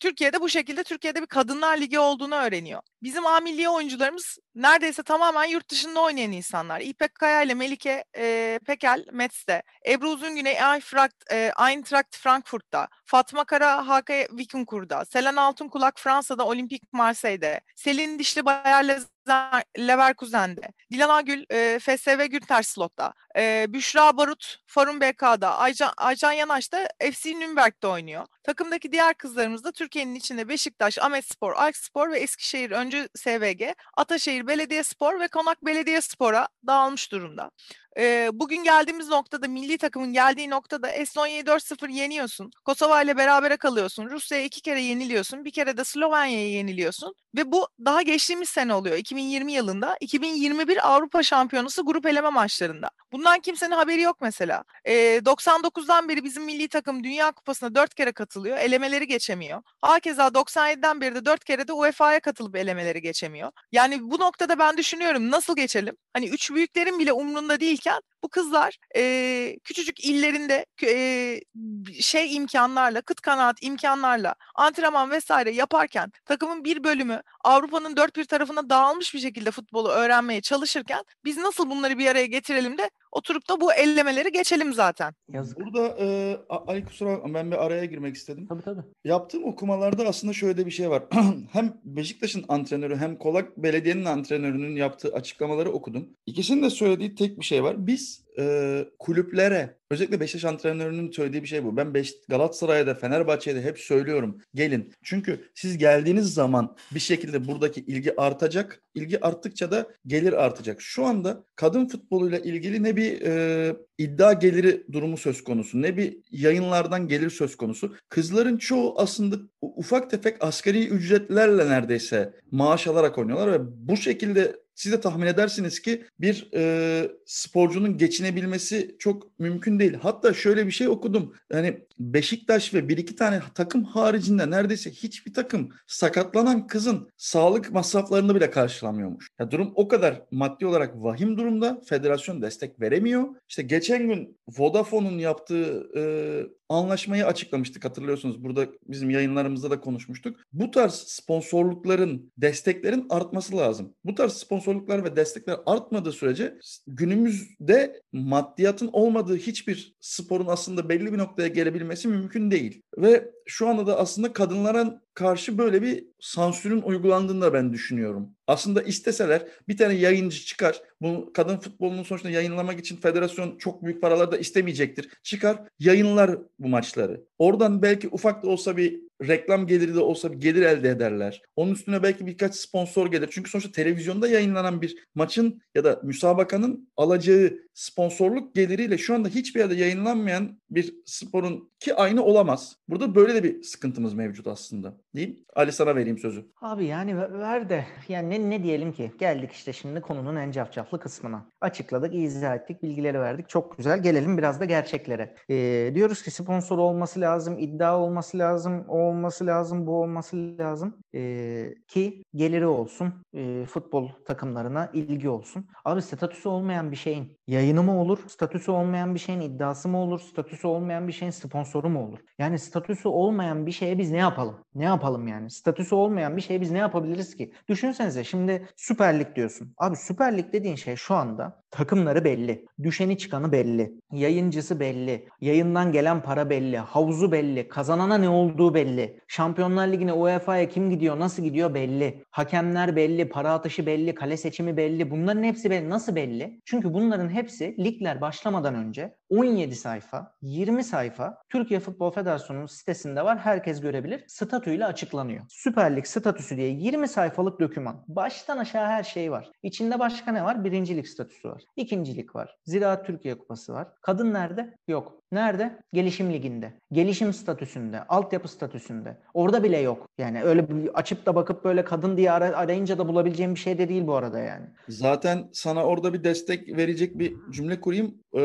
Türkiye'de bu şekilde Türkiye'de bir kadınlar ligi olduğunu öğreniyor. Bizim A milli oyuncularımız neredeyse tamamen yurt dışında oynayan insanlar. İpek Kaya ile Melike e, Pekel Metz'te, Ebru Uzungüney Eintracht, e, Eintracht Frankfurt'ta, Fatma Kara H K Vikinkur'da, Selen Altunkulak Fransa'da Olympique Marseille'de, Selin Dişli Bayer Leverkusen'de, Dilan Agül e, F S V Günterslot'ta, e, Büşra Barut Farun B K'da, Aycan, Aycan Yanaş da F C Nürnberg'de oynuyor. Takımdaki diğer kızlarımız da Türkiye'nin içinde Beşiktaş, Ahmetspor, Alkspor ve Eskişehir Öncü S V G, Ataşehir Belediyespor ve Konak Belediyespor'a dağılmış durumda. E, bugün geldiğimiz noktada, milli takımın geldiği noktada Estonya'yı dört sıfır yeniyorsun. Kosova ile berabere kalıyorsun. Rusya'ya iki kere yeniliyorsun. Bir kere de Slovenya'ya yeniliyorsun. Ve bu daha geçtiğimiz sene oluyor. iki bin yirmi yılında. iki bin yirmi bir Avrupa Şampiyonası grup eleme maçlarında. Bundan kimsenin haberi yok mesela. E, doksan dokuzdan beri bizim milli takım Dünya Kupası'na dört kere katılıyor. Elemeleri geçemiyor. Hakeza doksan yediden beri de dört kere de U E F A'ya katılıp elemeleri geçemiyor. Yani bu noktada ben düşünüyorum, nasıl geçelim? Hani üç büyüklerin bile umrunda değilken bu kızlar e, küçücük illerinde e, şey imkanlarla, kıt kanaat imkanlarla antrenman vesaire yaparken, takımın bir bölümü Avrupa'nın dört bir tarafına dağılmış bir şekilde futbolu öğrenmeye çalışırken biz nasıl bunları bir araya getirelim de oturup da bu ellemeleri geçelim zaten. Yazık. Burada e, Ali kusura bakma, ben bir araya girmek istedim. Tabii tabii. Yaptığım okumalarda aslında şöyle bir şey var. Hem Beşiktaş'ın antrenörü hem Kolak Belediye'nin antrenörünün yaptığı açıklamaları okudum. İkisinin de söylediği tek bir şey var. Biz e, kulüplere, özellikle Beşiktaş antrenörünün söylediği bir şey bu. Ben Beş, Galatasaray'da, Fenerbahçe'de hep söylüyorum. Gelin. Çünkü siz geldiğiniz zaman bir şekilde buradaki ilgi artacak. İlgi arttıkça da gelir artacak. Şu anda kadın futboluyla ilgili ne bir e, iddia geliri durumu söz konusu, ne bir yayınlardan gelir söz konusu. Kızların çoğu aslında ufak tefek asgari ücretlerle neredeyse maaş alarak oynuyorlar ve bu şekilde siz de tahmin edersiniz ki bir e, sporcunun geçinebilmesi çok mümkün değil. Hatta şöyle bir şey okudum. Yani Beşiktaş ve bir iki tane takım haricinde neredeyse hiçbir takım sakatlanan kızın sağlık masraflarını bile karşılamıyormuş. Ya durum o kadar maddi olarak vahim durumda. Federasyon destek veremiyor. İşte geçen gün Vodafone'un yaptığı e, anlaşmayı açıklamıştık, hatırlıyorsunuz. Burada bizim yayınlarımızda da konuşmuştuk. Bu tarz sponsorlukların, desteklerin artması lazım. Bu tarz sponsorluklar ve destekler artmadığı sürece günümüzde maddiyatın olmadığı hiçbir sporun aslında belli bir noktaya gelebilmesi mümkün değil. Ve şu anda da aslında kadınlara karşı böyle bir sansürün uygulandığını da ben düşünüyorum. Aslında isteseler bir tane yayıncı çıkar. Bu kadın futbolunun sonuçta yayınlamak için federasyon çok büyük paralar da istemeyecektir. Çıkar, yayınlar bu maçları. Oradan belki ufak da olsa bir reklam geliri de olsa bir gelir elde ederler. Onun üstüne belki birkaç sponsor gelir. Çünkü sonuçta televizyonda yayınlanan bir maçın ya da müsabakanın alacağı sponsorluk geliriyle şu anda hiçbir yerde yayınlanmayan bir sporun ki aynı olamaz. Burada böyle de bir sıkıntımız mevcut aslında. Değil mi? Ali, sana vereyim sözü. Abi yani ver de yani ne, ne diyelim ki, geldik işte şimdi konunun en cafcaflı kısmına. Açıkladık, izah ettik, bilgileri verdik. Çok güzel. Gelelim biraz da gerçeklere. Ee, diyoruz ki sponsor olması lazım, iddia olması lazım, o olması lazım, bu olması lazım. Ee, ki geliri olsun, e, futbol takımlarına ilgi olsun. Abi statüsü olmayan bir şeyin yayını mı olur? Statüsü olmayan bir şeyin iddiası mı olur? Statüsü olmayan bir şeyin sponsoru mu olur? Yani statüsü olmayan bir şeye biz ne yapalım? Ne yapalım yani? Statüsü olmayan bir şeye biz ne yapabiliriz ki? Düşünsenize şimdi Süper Lig diyorsun. Abi Süper Lig dediğin şey şu anda takımları belli. Düşeni çıkanı belli. Yayıncısı belli. Yayından gelen para belli. Havuzu belli. Kazanana ne olduğu belli. Şampiyonlar Ligi'ne, U E F A'ya kim gidiyor, nasıl gidiyor belli. Hakemler belli. Para atışı belli. Kale seçimi belli. Bunların hepsi belli. Nasıl belli? Çünkü bunların hepsi ligler başlamadan önce on yedi sayfa, yirmi sayfa Türkiye Futbol Federasyonu'nun sitesinde var. Herkes görebilir. Statüyle açıklanıyor. Süper Lig statüsü diye yirmi sayfalık doküman. Baştan aşağı her şey var. İçinde başka ne var? Birincilik statüsü var. İkincilik var. Ziraat Türkiye Kupası var. Kadın nerede? Yok. Nerede? Gelişim Ligi'nde. Gelişim statüsünde. Altyapı statüsünde. Orada bile yok. Yani öyle açıp da bakıp böyle kadın diye arayınca da bulabileceğim bir şey de değil bu arada yani. Zaten sana orada bir destek verecek bir cümle kurayım. Ee,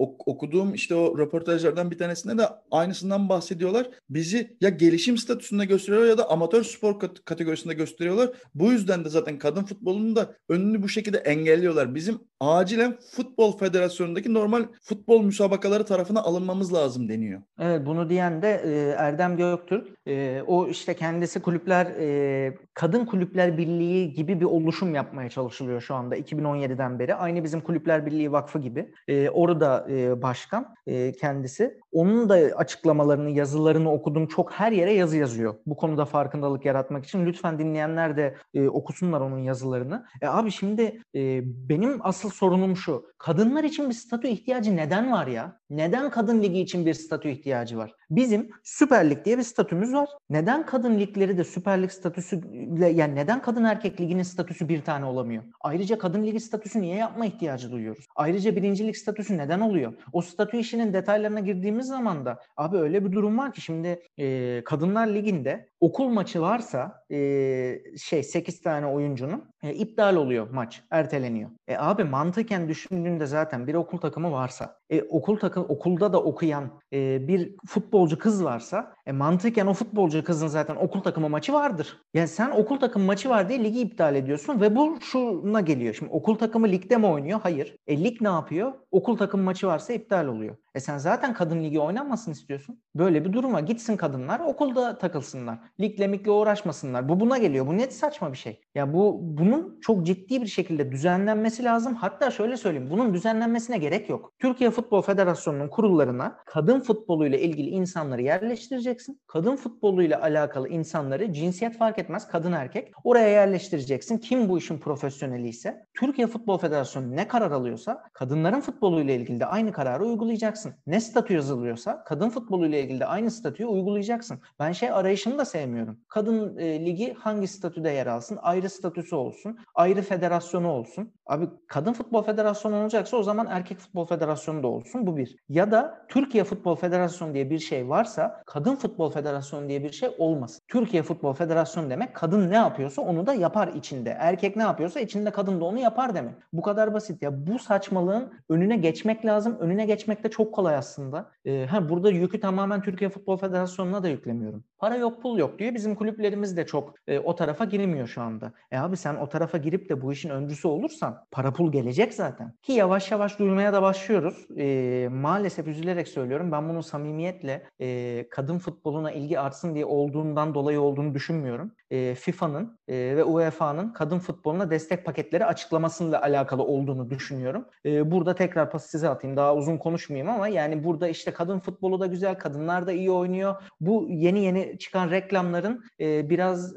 ok- okuduğum işte o röportajlardan bir tanesinde de aynısından bahsediyorlar. Bizi ya gelişim statüsünde gösteriyorlar ya da amatör spor kat- kategorisinde gösteriyorlar. Bu yüzden de zaten kadın futbolunun da önünü bu şekilde engelliyorlar. Bizim acilen Futbol Federasyonu'ndaki normal futbol müsabakaları tarafına alınmamız lazım deniyor. Evet, bunu diyen de e, Erdem Göktürk. E, o işte kendisi kulüpler e, Kadın Kulüpler Birliği gibi bir oluşum yapmaya çalışılıyor şu anda iki bin on yediden beri. Aynı bizim Kulüpler Birliği Vakfı gibi. E, orada e, başkan e, kendisi. Onun da açıklamalarını, yazılarını okudum. Çok her yere yazı yazıyor. Bu konuda farkındalık yaratmak için. Lütfen dinleyenler de e, okusunlar onun yazılarını. E, abi şimdi e, benim asıl sorunum şu. Kadınlar için bir statü ihtiyacı neden var ya? Neden kadın ligi için bir statü ihtiyacı var? Bizim Süper Lig diye bir statümüz var. Neden kadın ligleri de Süper Lig statüsüyle, yani neden kadın erkek liginin statüsü bir tane olamıyor? Ayrıca kadın ligi statüsü niye yapma ihtiyacı duyuyoruz? Ayrıca birincilik statüsü neden oluyor? O statü işinin detaylarına girdiğimiz zaman da abi öyle bir durum var ki şimdi e, Kadınlar Ligi'nde okul maçı varsa e, şey sekiz tane oyuncunun e, iptal oluyor maç, erteleniyor. E abi mantıken düşündüğünde zaten bir okul takımı varsa, e, okul takım okulda da okuyan e, bir futbolcu kız varsa, e, mantıken o futbolcu kızın zaten okul takımı maçı vardır. Yani sen okul takımı maçı var diye ligi iptal ediyorsun ve bu şuna geliyor. Şimdi okul takımı ligde mi oynuyor? Hayır. E lig ne yapıyor? Okul takımı maçı varsa iptal oluyor. E sen zaten kadın ligi oynanmasını istiyorsun. Böyle bir duruma gitsin kadınlar okulda takılsınlar. Ligle migle uğraşmasınlar. Bu buna geliyor. Bu ne saçma bir şey. Ya bu bunun çok ciddi bir şekilde düzenlenmesi lazım. Hatta şöyle söyleyeyim. Bunun düzenlenmesine gerek yok. Türkiye Futbol Federasyonu'nun kurullarına kadın futboluyla ilgili insanları yerleştireceksin. Kadın futboluyla alakalı insanları cinsiyet fark etmez kadın erkek oraya yerleştireceksin. Kim bu işin profesyoneli ise Türkiye Futbol Federasyonu ne karar alıyorsa kadınların futboluyla ilgili de aynı kararı uygulayacaksın. Ne statü yazılıyorsa kadın futboluyla ilgili de aynı statüyü uygulayacaksın. Ben şey arayışını da sevmiyorum. Kadın e, ligi hangi statüde yer alsın? Ayrı statüsü olsun. Ayrı federasyonu olsun. Abi kadın futbol federasyonu olacaksa o zaman erkek futbol federasyonu da olsun. Bu bir. Ya da Türkiye Futbol Federasyonu diye bir şey varsa kadın futbol federasyonu diye bir şey olmasın. Türkiye Futbol Federasyonu demek kadın ne yapıyorsa onu da yapar içinde. Erkek ne yapıyorsa içinde kadın da onu yapar demek. Bu kadar basit ya. Bu saçmalığın önüne geçmek lazım. Önüne geçmek de çok kolay aslında. Ee, ha, burada yükü tamamen Türkiye Futbol Federasyonu'na da yüklemiyorum. Para yok pul yok diyor. Bizim kulüplerimiz de çok e, o tarafa girmiyor şu anda. E abi sen o tarafa girip de bu işin öncüsü olursan para pul gelecek zaten. Ki yavaş yavaş duymaya da başlıyoruz. E, maalesef üzülerek söylüyorum. Ben bunun samimiyetle e, kadın futboluna ilgi artsın diye olduğundan dolayı olduğunu düşünmüyorum. E, FIFA'nın e, ve UEFA'nın kadın futboluna destek paketleri açıklamasıyla alakalı olduğunu düşünüyorum. E, burada tekrar pası size atayım. Daha uzun konuşmayayım ama yani burada işte kadın futbolu da güzel, kadınlar da iyi oynuyor. Bu yeni yeni çıkan reklamların e, biraz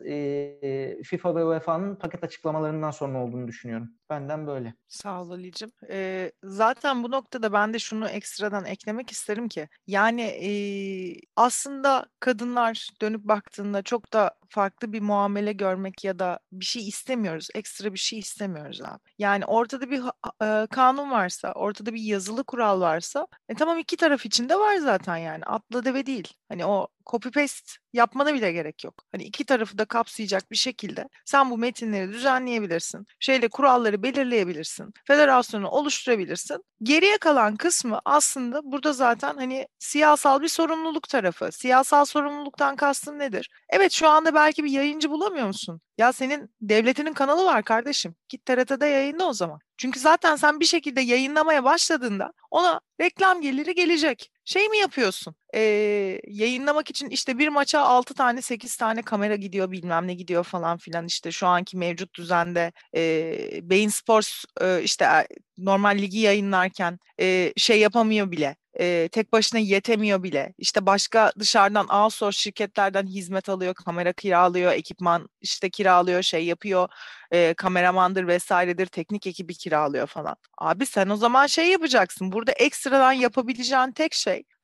e, FIFA ve UEFA'nın paket açıklamalarından sonra olduğunu düşünüyorum. Benden böyle. Sağ ol Ali'cim. Ee, zaten bu noktada ben de şunu ekstradan eklemek isterim ki yani e, aslında kadınlar dönüp baktığında çok da farklı bir muamele görmek ya da bir şey istemiyoruz. Ekstra bir şey istemiyoruz abi. Yani ortada bir e, kanun varsa, ortada bir yazılı kural varsa e, tamam iki taraf için de var zaten yani. Atla deve değil. Hani o copy paste yapmana bile gerek yok. Hani iki tarafı da kapsayacak bir şekilde sen bu metinleri düzenleyebilirsin. Şeyle kuralları belirleyebilirsin. Federasyonu oluşturabilirsin. Geriye kalan kısmı aslında burada zaten hani siyasal bir sorumluluk tarafı. Siyasal sorumluluktan kastım nedir? Evet şu anda belki bir yayıncı bulamıyor musun? Ya senin devletinin kanalı var kardeşim. Git T R T'de yayınla o zaman. Çünkü zaten sen bir şekilde yayınlamaya başladığında ona reklam geliri gelecek. Şey mi yapıyorsun? Ee, yayınlamak için işte bir maça altı tane sekiz tane kamera gidiyor bilmem ne gidiyor falan filan işte şu anki mevcut düzende e, Bein Sports e, işte normal ligi yayınlarken e, şey yapamıyor bile. E, tek başına yetemiyor bile. İşte başka dışarıdan outsource şirketlerden hizmet alıyor, kamera kiralıyor, ekipman işte kiralıyor, şey yapıyor, e, kameramandır vesairedir, teknik ekibi kiralıyor falan. Abi sen o zaman şey yapacaksın. Burada ekstradan yapabileceğin tek şey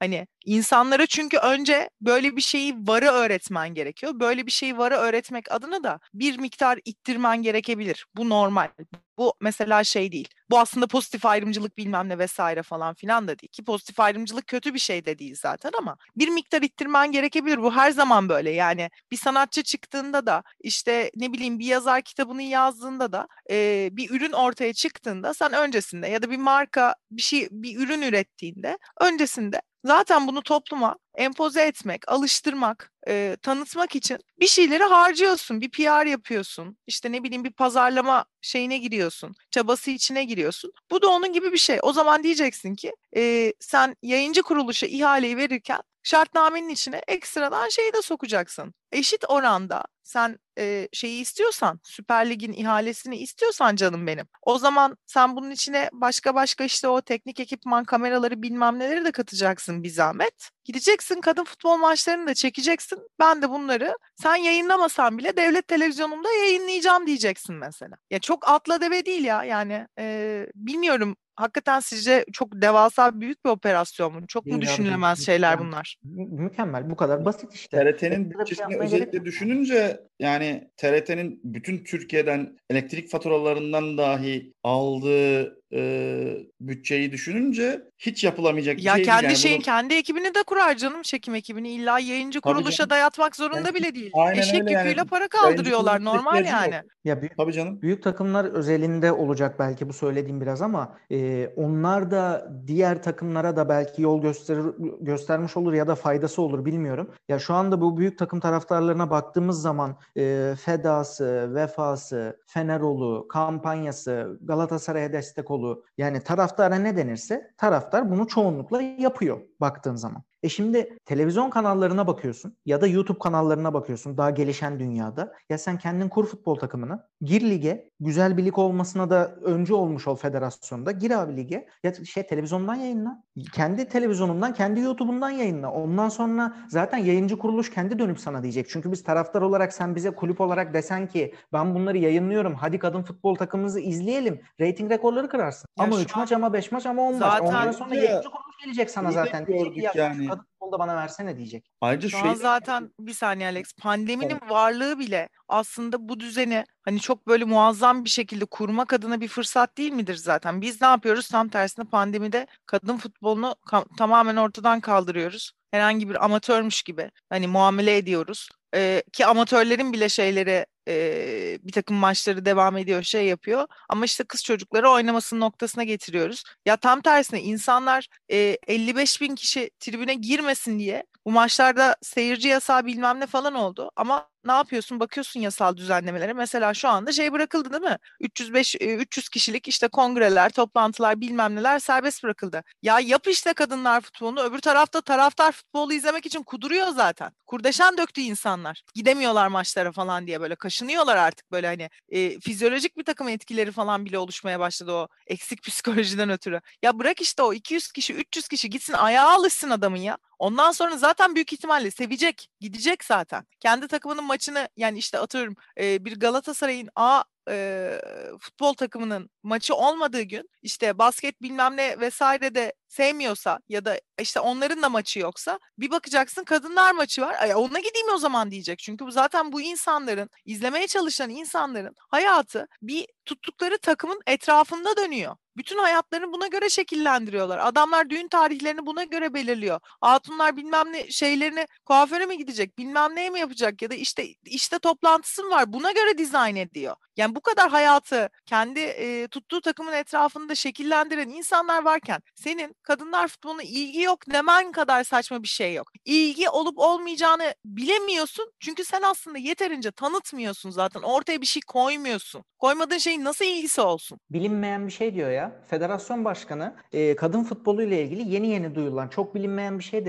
Hani insanlara çünkü önce böyle bir şeyi varı öğretmen gerekiyor. Böyle bir şeyi varı öğretmek adına da bir miktar ittirmen gerekebilir. Bu normal. Bu mesela şey değil. Bu aslında pozitif ayrımcılık bilmem ne vesaire falan filan da değil. Ki pozitif ayrımcılık kötü bir şey de değil zaten ama bir miktar ittirmen gerekebilir. Bu her zaman böyle. Yani bir sanatçı çıktığında da işte ne bileyim bir yazar kitabını yazdığında da e, bir ürün ortaya çıktığında sen öncesinde ya da bir marka bir şey bir ürün ürettiğinde öncesinde zaten bunu topluma empoze etmek, alıştırmak, e, tanıtmak için bir şeyleri harcıyorsun, bir P R yapıyorsun, işte ne bileyim bir pazarlama şeyine giriyorsun, çabası içine giriyorsun. Bu da onun gibi bir şey. O zaman diyeceksin ki e, sen yayıncı kuruluşa ihaleyi verirken şartnamenin içine ekstradan şeyi de sokacaksın. Eşit oranda sen e, şeyi istiyorsan, Süper Lig'in ihalesini istiyorsan canım benim. O zaman sen bunun içine başka başka işte o teknik ekipman, kameraları bilmem neleri de katacaksın bir zahmet. Gideceksin kadın futbol maçlarını da çekeceksin. Ben de bunları sen yayınlamasan bile devlet televizyonunda yayınlayacağım diyeceksin mesela. Ya çok atla deve değil ya yani e, bilmiyorum. Hakikaten sizce çok devasa büyük bir operasyon mu? Çok mu Değil abi, değil. düşünülemez şeyler Mükemmel. bunlar? Mü- Mükemmel. Bu kadar basit işte. T R T'nin Ekstra bir şey bütçesini yapmaya gerek özellikle yok. düşününce yani T R T'nin bütün Türkiye'den elektrik faturalarından dahi aldığı e, bütçeyi düşününce hiç yapılamayacak bir Ya şey değil. kendi Yani şeyin bunu kendi ekibini de kurar canım, çekim ekibini illa yayıncı tabii kuruluşa canım. dayatmak Yani zorunda hiç- bile değil. aynen Eşek öyle yüküyle yani para yayıncı kaldırıyorlar kuruluşa normal ihtiyacı yok. yani. Ya büyük, Tabii canım. büyük takımlar özelinde olacak belki bu söylediğim biraz ama e, onlar da diğer takımlara da belki yol gösterir göstermiş olur ya da faydası olur bilmiyorum. Ya şu anda bu büyük takım taraftarlarına baktığımız zaman e, Fedası, Vefası, Fenerolu, kampanyası, Galatasaray'a destek olu yani taraftara ne denirse taraftar bunu çoğunlukla yapıyor baktığın zaman. E şimdi televizyon kanallarına bakıyorsun ya da YouTube kanallarına bakıyorsun daha gelişen dünyada. Ya sen kendin kur futbol takımını, gir lige, güzel bir lig olmasına da öncü olmuş ol federasyonda. Gir abi lige. Ya şey televizyondan yayınla. Kendi televizyonundan, kendi YouTube'undan yayınla. Ondan sonra zaten yayıncı kuruluş kendi dönüp sana diyecek. Çünkü biz taraftar olarak sen bize kulüp olarak desen ki ben bunları yayınlıyorum. Hadi kadın futbol takımımızı izleyelim. Rating rekorları kırarsın. Ya Ama şu üç an maç ama beş maç ama on maç. Ondan zaten sonra Ayrıca yayıncı kuruluş gelecek sana şeyi de zaten. Diyecek ki ya gördük sen şu yani. kadın futbolda bana versene diyecek. Ayrıca Şu an şeyi de zaten bir saniye Alex, pandeminin Tamam. varlığı bile aslında bu düzeni hani çok böyle muazzam bir şekilde kurmak adına bir fırsat değil midir zaten? Biz ne yapıyoruz? Tam tersine pandemide kadın futbolunu ka- tamamen ortadan kaldırıyoruz. Herhangi bir amatörmüş gibi hani muamele ediyoruz. Ee, ki amatörlerin bile şeyleri e, bir takım maçları devam ediyor, şey yapıyor. Ama işte kız çocukları oynamasının noktasına getiriyoruz. Ya tam tersine insanlar e, elli beş bin kişi tribüne girmesin diye bu maçlarda seyirci yasağı bilmem ne falan oldu. Ama ne yapıyorsun? Bakıyorsun yasal düzenlemelere. Mesela şu anda şey bırakıldı değil mi? üç yüz beş e, üç yüz kişilik işte kongreler, toplantılar bilmem neler serbest bırakıldı. Ya yap işte kadınlar futbolunu. Öbür tarafta taraftar futbolu izlemek için kuduruyor zaten. Kurdeşen döktü insanlar. Gidemiyorlar maçlara falan diye böyle kaşınıyorlar artık böyle hani e, fizyolojik bir takım etkileri falan bile oluşmaya başladı o eksik psikolojiden ötürü. Ya bırak işte o iki yüz kişi, üç yüz kişi gitsin ayağa alışsın adamın ya. Ondan sonra zaten büyük ihtimalle sevecek, gidecek zaten. Kendi takımının maçını yani işte atıyorum e, bir Galatasaray'ın A e, futbol takımının maçı olmadığı gün işte basket bilmem ne vesaire de sevmiyorsa ya da işte onların da maçı yoksa bir bakacaksın kadınlar maçı var. Ay, ona gideyim o zaman diyecek. Çünkü bu zaten bu insanların izlemeye çalışan insanların hayatı bir tuttukları takımın etrafında dönüyor. Bütün hayatlarını buna göre şekillendiriyorlar. Adamlar düğün tarihlerini buna göre belirliyor. Hatunlar bilmem ne şeylerini kuaföre mi gidecek, bilmem neye mi yapacak ya da işte işte toplantısı mı var buna göre dizayn ediyor. Yani bu kadar hayatı kendi e, tuttuğu takımın etrafında şekillendiren insanlar varken senin kadınlar futboluna ilgi yok demen kadar saçma bir şey yok. İlgi olup olmayacağını bilemiyorsun çünkü sen aslında yeterince tanıtmıyorsun zaten. Ortaya bir şey koymuyorsun. Koymadığın şeyin nasıl ilgisi olsun? Bilinmeyen bir şey diyor ya. Federasyon başkanı e, kadın futbolu ile ilgili yeni yeni duyulan çok bilinmeyen bir şey dedi ya.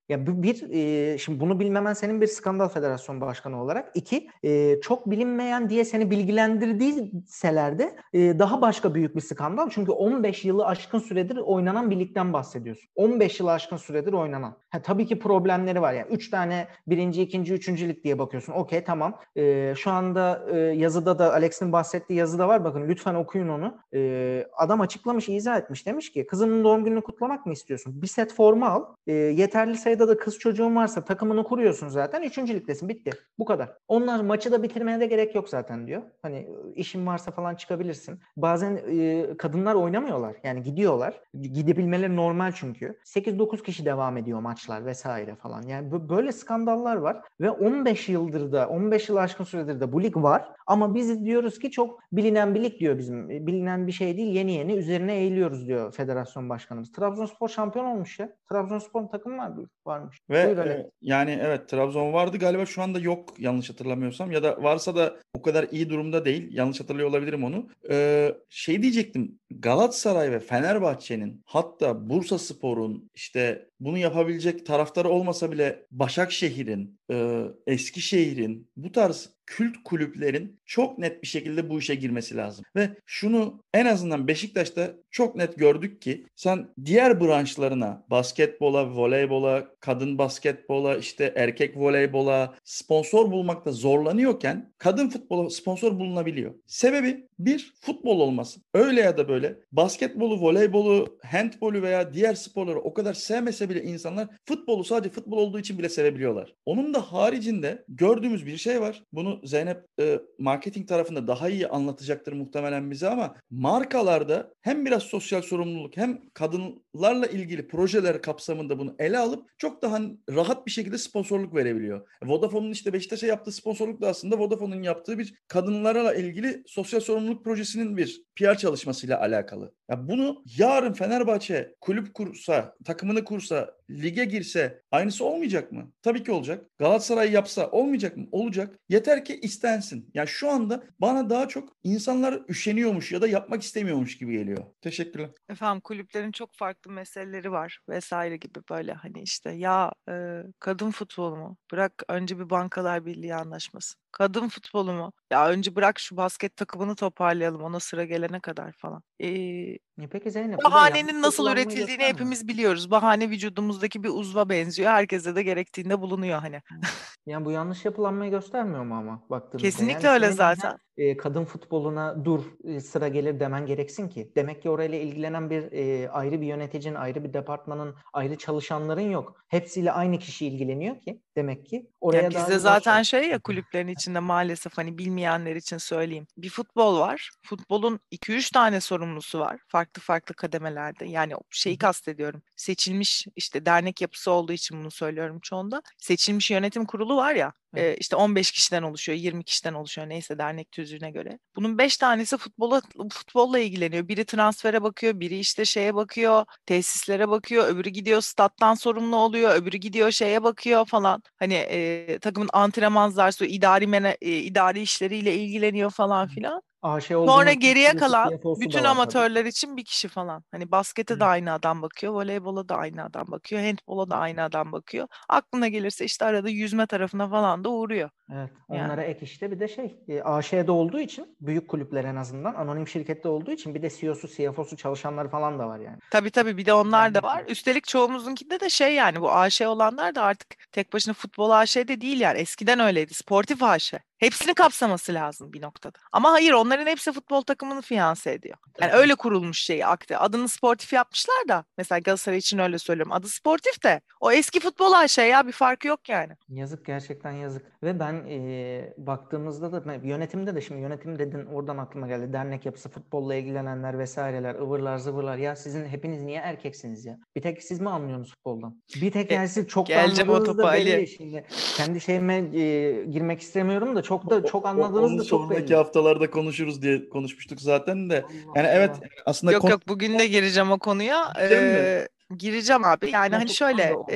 Ya bu bir, e, şimdi bunu bilmemen senin bir skandal federasyon başkanı olarak. İki, e, çok bilinmeyen diye seni bilgilendirdiyseler de e, daha başka büyük bir skandal. Çünkü on beş yılı aşkın süredir oynanan bir ligden bahsediyorsun. on beş yılı aşkın süredir oynanan. Ha, tabii ki problemleri var. Yani üç tane birinci, ikinci, üçüncü lig diye bakıyorsun. Okey, tamam. E, şu anda e, yazıda da Alex'in bahsettiği yazıda var. Bakın lütfen okuyun onu. E, adam açıklamış, izah etmiş. Demiş ki kızının doğum gününü kutlamak mı istiyorsun? Bir set forma al. E, yeterli sayıda da kız çocuğun varsa takımını kuruyorsun zaten. Üçüncü ligdesin. Bitti. Bu kadar. Onlar maçı da bitirmeye de gerek yok zaten diyor. Hani işin varsa falan çıkabilirsin. Bazen e, kadınlar oynamıyorlar. Yani gidiyorlar. Gidebilmeleri normal çünkü. sekiz dokuz kişi devam ediyor maçlar vesaire falan. Yani b- böyle skandallar var ve on beş yıldır da on beş yıl aşkın süredir de bu lig var. Ama biz diyoruz ki çok bilinen bir lig diyor bizim. Bilinen bir şey değil. Yeni yeni üzerine eğiliyoruz diyor federasyon başkanımız. Trabzonspor şampiyon olmuş ya. Trabzonspor'un takımı var, varmış. Ve Buyur Ali. e, yani evet, Trabzon vardı galiba, şu anda yok yanlış hatırlamıyorsam, ya da varsa da o kadar iyi durumda değil. Yanlış hatırlıyor olabilirim onu. Ee, şey diyecektim, Galatasaray ve Fenerbahçe'nin, hatta Bursaspor'un, işte bunu yapabilecek taraftarı olmasa bile Başakşehir'in, e, Eskişehir'in, bu tarz kült kulüplerin çok net bir şekilde bu işe girmesi lazım. Ve şunu en azından Beşiktaş'ta çok net gördük ki sen diğer branşlarına, basketbola, voleybola, kadın basketbola, işte erkek voleybola sponsor bulmakta zorlanıyorken kadın futbola sponsor bulunabiliyor. Sebebi bir, futbol olması. Öyle ya da böyle basketbolu, voleybolu, handbolu veya diğer sporları o kadar sevmese bile insanlar futbolu sadece futbol olduğu için bile sevebiliyorlar. Onun da haricinde gördüğümüz bir şey var. Bunu Zeynep e, marketing tarafında daha iyi anlatacaktır muhtemelen bize, ama markalarda hem biraz sosyal sorumluluk hem kadınlarla ilgili projeler kapsamında bunu ele alıp çok daha rahat bir şekilde sponsorluk verebiliyor. Vodafone'un işte Beşiktaş'a yaptığı sponsorluk da aslında Vodafone'un yaptığı bir kadınlarla ilgili sosyal sorumluluk projesinin bir P R çalışmasıyla alakalı. Ya bunu yarın Fenerbahçe kulüp kursa, takımını kursa, lige girse aynısı olmayacak mı? Tabii ki olacak. Galatasaray yapsa olmayacak mı? Olacak. Yeter ki istensin. Ya şu anda bana daha çok insanlar üşeniyormuş ya da yapmak istemiyormuş gibi geliyor. Teşekkürler. Efendim kulüplerin çok farklı meseleleri var vesaire gibi, böyle hani işte ya e, kadın futbolu mu? Bırak önce bir Bankalar Birliği anlaşması. Kadın futbolu mu? Ya önce bırak şu basket takımını toparlayalım ona sıra gelene kadar falan. E, Ya peki Zeynep, bu da yanlış Bahanenin nasıl yapılanmayı üretildiğini göstermiyor mu? hepimiz biliyoruz. Bahane vücudumuzdaki bir uzva benziyor. Herkese de gerektiğinde bulunuyor hani. Yani bu yanlış yapılanmayı göstermiyor mu ama baktığımızda? Kesinlikle Yani öyle senin neden zaten. e, kadın futboluna dur e, sıra gelir demen gereksin ki? Demek ki orayla ilgilenen bir e, ayrı bir yöneticinin, ayrı bir departmanın, ayrı çalışanların yok. Hepsiyle aynı kişi ilgileniyor ki demek ki Ya oraya daha bizde bir baş zaten şey ya, kulüplerin içinde maalesef, hani bilmeyenler için söyleyeyim. Bir futbol var. Futbolun iki üç tane sorumlusu var. Farklı farklı kademelerde. Yani o şeyi kastediyorum. Seçilmiş, işte dernek yapısı olduğu için bunu söylüyorum çoğunda. Seçilmiş yönetim kurulu var ya. Evet. e, işte on beş kişiden oluşuyor, yirmi kişiden oluşuyor, neyse dernek tüzüğüne göre. Bunun beş tanesi futbola futbolla ilgileniyor. Biri transfere bakıyor, biri işte şeye bakıyor, tesislere bakıyor, öbürü gidiyor stat'tan sorumlu oluyor, öbürü gidiyor şeye bakıyor falan. Hani e, takımın antrenman zarfı, idari mene, e, idari işleriyle ilgileniyor falan filan. A Ş Sonra olduğunuz için geriye C E O'su, kalan C F O'su da bütün var tabii. amatörler için bir kişi falan. Hani baskete de aynı adam bakıyor, voleybola da aynı adam bakıyor, handbola da aynı adam bakıyor. Aklına gelirse işte arada yüzme tarafına falan da uğruyor. Evet. Yani. Onlara ek işte bir de şey e, A Ş'de olduğu için büyük kulüpler en azından anonim şirkette olduğu için bir de C E O'su, C F O'su çalışanları falan da var yani. Tabii tabii, bir de onlar da Dernek var. gibi. Üstelik çoğumuzunkinde de şey, yani bu A Ş olanlar da artık tek başına futbol A Ş de değil yani. Eskiden öyleydi. Sportif A Ş. Hepsini kapsaması lazım bir noktada. Ama hayır, onların hepsi futbol takımını finanse ediyor. Yani Tabii. öyle kurulmuş şey akte. Adını sportif yapmışlar da. Mesela Galatasaray için öyle söylüyorum. Adı sportif de. O eski futbol A Ş ya, bir farkı yok yani. Yazık, gerçekten yazık. Ve ben e, baktığımızda da yönetimde de, şimdi yönetim dedin oradan aklıma geldi. Dernek yapısı, futbolla ilgilenenler vesaireler, ıvırlar zıvırlar. Ya sizin hepiniz niye erkeksiniz ya? Bir tek siz mi anlıyorsunuz futboldan? Bir tek E, yani siz çok da geleceğim o anladığınız topa da Ali. belli. Şimdi kendi şeyime e, girmek istemiyorum da çok da çok O- o- anladığınız Onu da çok sonraki belli. haftalarda konuşuruz diye konuşmuştuk zaten de. Allah Yani evet, Allah. aslında Yok konu yok, bugün de gireceğim o konuya. girelim mi? Ee, gireceğim abi. Yani Ya hani tutmam da şöyle olsa. e,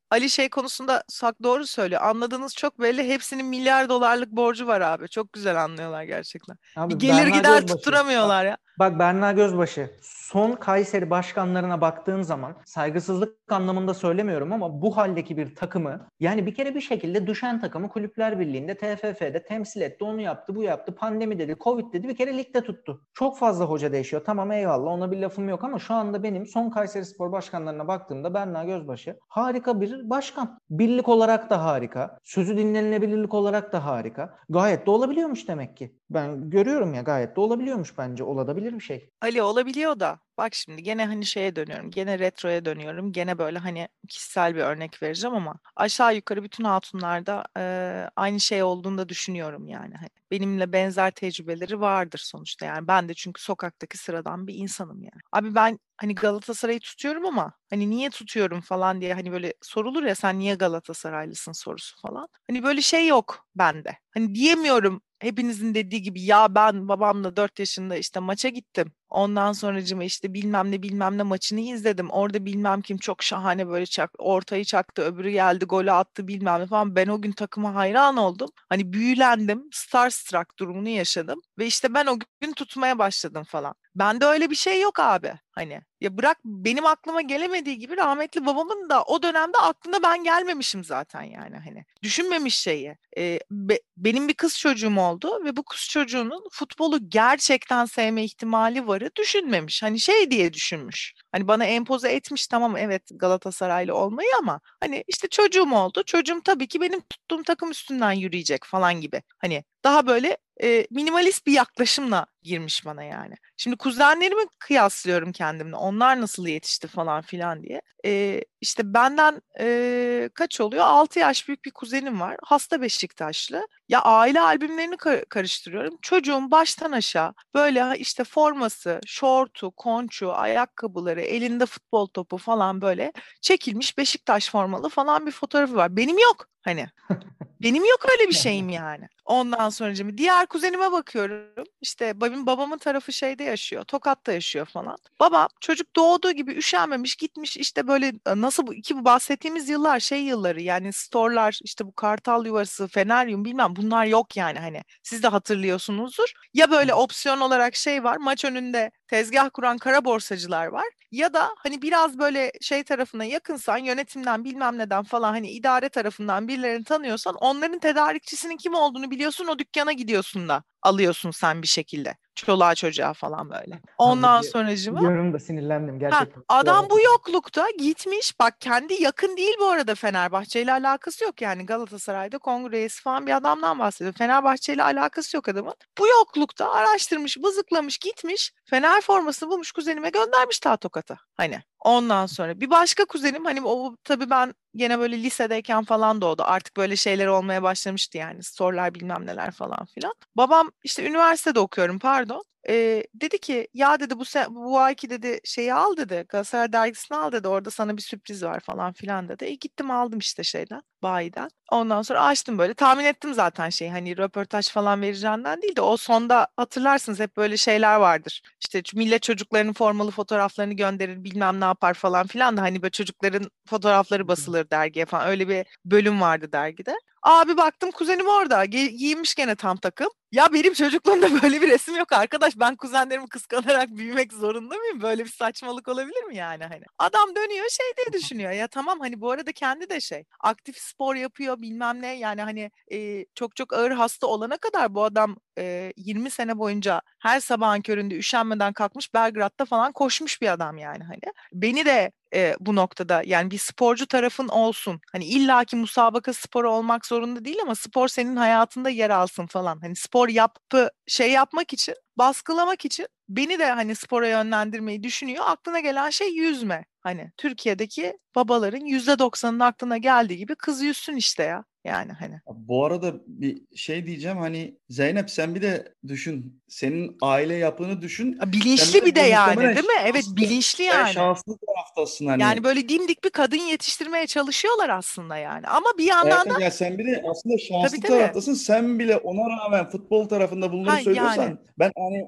Ali şey konusunda Sak doğru söylüyor. Anladığınız çok belli. Hepsinin milyar dolarlık borcu var abi. Çok güzel anlıyorlar gerçekten. Bir Abi gelir Berna gider Gözbaşı. Bak, tutturamıyorlar ya. bak Berna Gözbaşı. Son Kayseri başkanlarına baktığın zaman saygısızlık anlamında söylemiyorum ama bu haldeki bir takımı, yani bir kere bir şekilde düşen takımı Kulüpler Birliği'nde, T F F'de temsil etti. Onu yaptı, bu yaptı. Pandemi dedi, Covid dedi. Bir kere ligde tuttu. Çok fazla hoca değişiyor. Tamam, eyvallah. Ona bir lafım yok ama şu anda benim son Kayserispor başkanlarına baktığımda Berna Gözbaşı harika bir başkan. Birlik olarak da harika. Sözü dinlenilebilirlik olarak da harika. Gayet de olabiliyormuş demek ki. Ben görüyorum ya, gayet de olabiliyormuş bence. Olabilir bir şey. Ali olabiliyor da bak şimdi gene hani şeye dönüyorum. Gene retroya dönüyorum. Gene böyle hani kişisel bir örnek vereceğim ama aşağı yukarı bütün hatunlarda e, aynı şey olduğunu da düşünüyorum yani. Hani benimle benzer tecrübeleri vardır sonuçta yani. Ben de çünkü sokaktaki sıradan bir insanım yani. Abi ben hani Galatasaray'ı tutuyorum ama hani niye tutuyorum falan diye hani böyle sorulur ya, sen niye Galatasaraylısın sorusu falan. Hani böyle şey yok bende. Hani diyemiyorum hepinizin dediği gibi, ya ben babamla dört yaşında işte maça gittim. Ondan sonracıma işte bilmem ne bilmem ne maçını izledim. Orada bilmem kim çok şahane böyle çak, ortayı çaktı, öbürü geldi golü attı bilmem ne falan. Ben o gün takıma hayran oldum. Hani büyülendim, starstruck durumunu yaşadım ve işte ben o gün tutmaya başladım falan. Bende öyle bir şey yok abi. Hani ya bırak benim aklıma gelemediği gibi rahmetli babamın da o dönemde aklına ben gelmemişim zaten yani hani. Düşünmemiş şeyi. Ee, be- benim bir kız çocuğum oldu ve bu kız çocuğunun futbolu gerçekten sevme ihtimali varı düşünmemiş. Hani şey diye düşünmüş. Hani bana empoze etmiş, tamam evet Galatasaraylı olmayı ama hani işte çocuğum oldu. Çocuğum tabii ki benim tuttuğum takım üstünden yürüyecek falan gibi. Hani daha böyle e, minimalist bir yaklaşımla girmiş bana yani. Şimdi kuzenlerimi kıyaslıyorum kendimle. Onlar nasıl yetişti falan filan diye. E, işte benden e, kaç oluyor? altı yaş büyük bir kuzenim var. Hasta Beşiktaşlı. Ya aile albümlerini ka- karıştırıyorum. Çocuğun baştan aşağı böyle ha işte forması, şortu, konçu, ayakkabıları, elinde futbol topu falan böyle çekilmiş Beşiktaş formalı falan bir fotoğrafı var. Benim yok hani. Benim yok öyle bir şeyim yani. Ondan sonra diğer kuzenime bakıyorum. İşte babam, babamın tarafı şeyde yaşıyor. Tokat'ta yaşıyor falan. Babam çocuk doğduğu gibi üşenmemiş gitmiş işte böyle e, nasıl bu iki bu bahsettiğimiz yıllar şey yılları yani storelar işte bu Kartal Yuvası, Feneryum bilmem bunlar yok yani hani. Siz de hatırlıyorsunuzdur. Ya böyle opsiyon olarak şey var, maç önünde tezgah kuran kara borsacılar var. Ya da hani biraz böyle şey tarafına yakınsan, yönetimden bilmem neden falan hani idare tarafından birilerini tanıyorsan onların tedarikçisinin kim olduğunu biliyorsun, o dükkana gidiyorsun da alıyorsun sen bir şekilde. Çoluğa çocuğa falan böyle. Abi Ondan di- sonracıma diyorum da sinirlendim ha, gerçekten. Kusura adam bu bakma. yoklukta gitmiş, bak kendi yakın değil bu arada, Fenerbahçe ile alakası yok yani, Galatasaray'da kongre üyesi falan bir adamdan bahsediyor. Fenerbahçe ile alakası yok adamın. Bu yoklukta araştırmış, bızıklamış, gitmiş Fener formasını bulmuş, kuzenime göndermiş ta Tokat'a. Hani ondan sonra bir başka kuzenim, hani o tabii ben gene böyle lisedeyken falan doğdu. Artık böyle şeyler olmaya başlamıştı yani. Store'lar bilmem neler falan filan. Babam işte üniversitede okuyorum pardon. Ee, dedi ki ya dedi bu se- bu ayki dedi şeyi al dedi. Galatasaray dergisini al dedi. Orada sana bir sürpriz var falan filan dedi. E, gittim aldım işte şeyden, bayiden. Ondan sonra açtım böyle. Tahmin ettim zaten şey hani röportaj falan vereceğinden değil de o sonda hatırlarsınız hep böyle şeyler vardır. İşte ç- millet çocuklarının formalı fotoğraflarını gönderir bilmem ne yapar falan filan da hani böyle çocukların fotoğrafları basılır dergiye falan. Öyle bir bölüm vardı dergide. Abi baktım kuzenim orada. Gi- giyinmiş gene tam takım. Ya benim çocukluğumda böyle bir resim yok arkadaş. Ben kuzenlerimi kıskanarak büyümek zorunda mıyım? Böyle bir saçmalık olabilir mi yani hani? Adam dönüyor şey diye düşünüyor. Ya tamam hani bu arada kendi de şey aktif spor yapıyor bilmem ne yani hani e, çok çok ağır hasta olana kadar bu adam e, yirmi sene boyunca her sabahın köründe üşenmeden kalkmış Belgrad'da falan koşmuş bir adam yani hani. Beni de e, bu noktada yani bir sporcu tarafın olsun. Hani illaki musabaka sporu olmak zorunda değil ama spor senin hayatında yer alsın falan. Hani spor yapı şey yapmak için, baskılamak için beni de hani spora yönlendirmeyi düşünüyor. Aklına gelen şey yüzme. Hani Türkiye'deki babaların yüzde doksanının aklına geldiği gibi kız yüzsün işte ya. Yani hani. Bu arada bir şey diyeceğim, hani Zeynep sen bir de düşün. Senin aile yapını düşün. Sen bir Bilinçli bir de de bu yani muhtemelen değil mi? Evet şanslı. bilinçli Sen yani. şanslı taraftasın Yani hani. böyle dimdik bir kadın yetiştirmeye çalışıyorlar aslında yani. Ama bir Evet, yandan da ya sen bir de aslında tabii şanslı tabii. taraftasın. Sen bile ona rağmen futbol tarafında bunları Ha yani. söylüyorsan ben hani o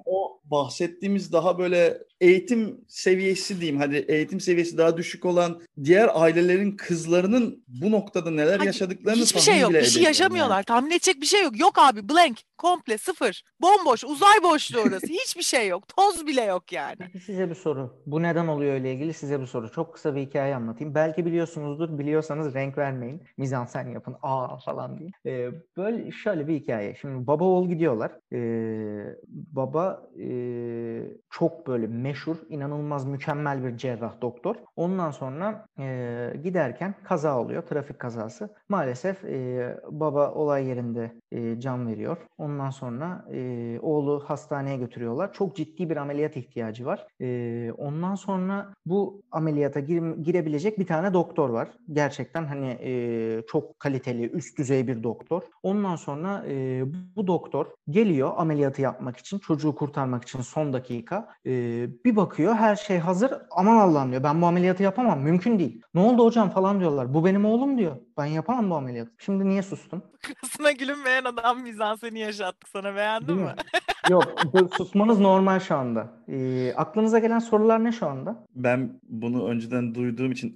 bahsettiğimiz daha böyle eğitim seviyesi diyeyim, hadi eğitim seviyesi daha düşük olan diğer ailelerin kızlarının bu noktada neler Ha, yaşadıklarını hiçbir şey tahmin yok. bile Bir şey edemiyorum yaşamıyorlar. yani. Tahmin edecek bir şey yok. Yok abi, blank. Komple sıfır. Bomboş. Uzay boşluğu orası. Hiçbir şey yok. Toz bile yok yani. Peki size bir soru. Bu neden oluyor ile ilgili size bir soru. Çok kısa bir hikaye anlatayım. Belki biliyorsunuzdur. Biliyorsanız renk vermeyin. Mizansen yapın. Aa falan diye. Ee, böyle şöyle bir hikaye. Şimdi baba oğul gidiyorlar. Ee, baba e, çok böyle meşhur, inanılmaz mükemmel bir cerrah doktor. Ondan sonra e, giderken kaza oluyor. Trafik kazası. Maalesef e, baba olay yerinde e, can veriyor. Ondan sonra e, oğlu hastaneye götürüyorlar. Çok ciddi bir ameliyat ihtiyacı var. E, ondan sonra bu ameliyata gir, girebilecek bir tane doktor var. Gerçekten hani e, çok kaliteli, üst düzey bir doktor. Ondan sonra e, bu doktor geliyor ameliyatı yapmak için, çocuğu kurtarmak için son dakika. E, bir bakıyor her şey hazır. Aman Allah'ım diyor, ben bu ameliyatı yapamam. Mümkün değil. Ne oldu hocam falan diyorlar. Bu benim oğlum diyor. Ben yapamam bu ameliyatı. Şimdi niye sustum? Kafasına gülünmeyen adam mizanseni yaşattık sana. Beğendin Değil mi? mi? Yok, bu susmanız normal şu anda. Ee, aklınıza gelen sorular ne şu anda? Ben bunu önceden duyduğum için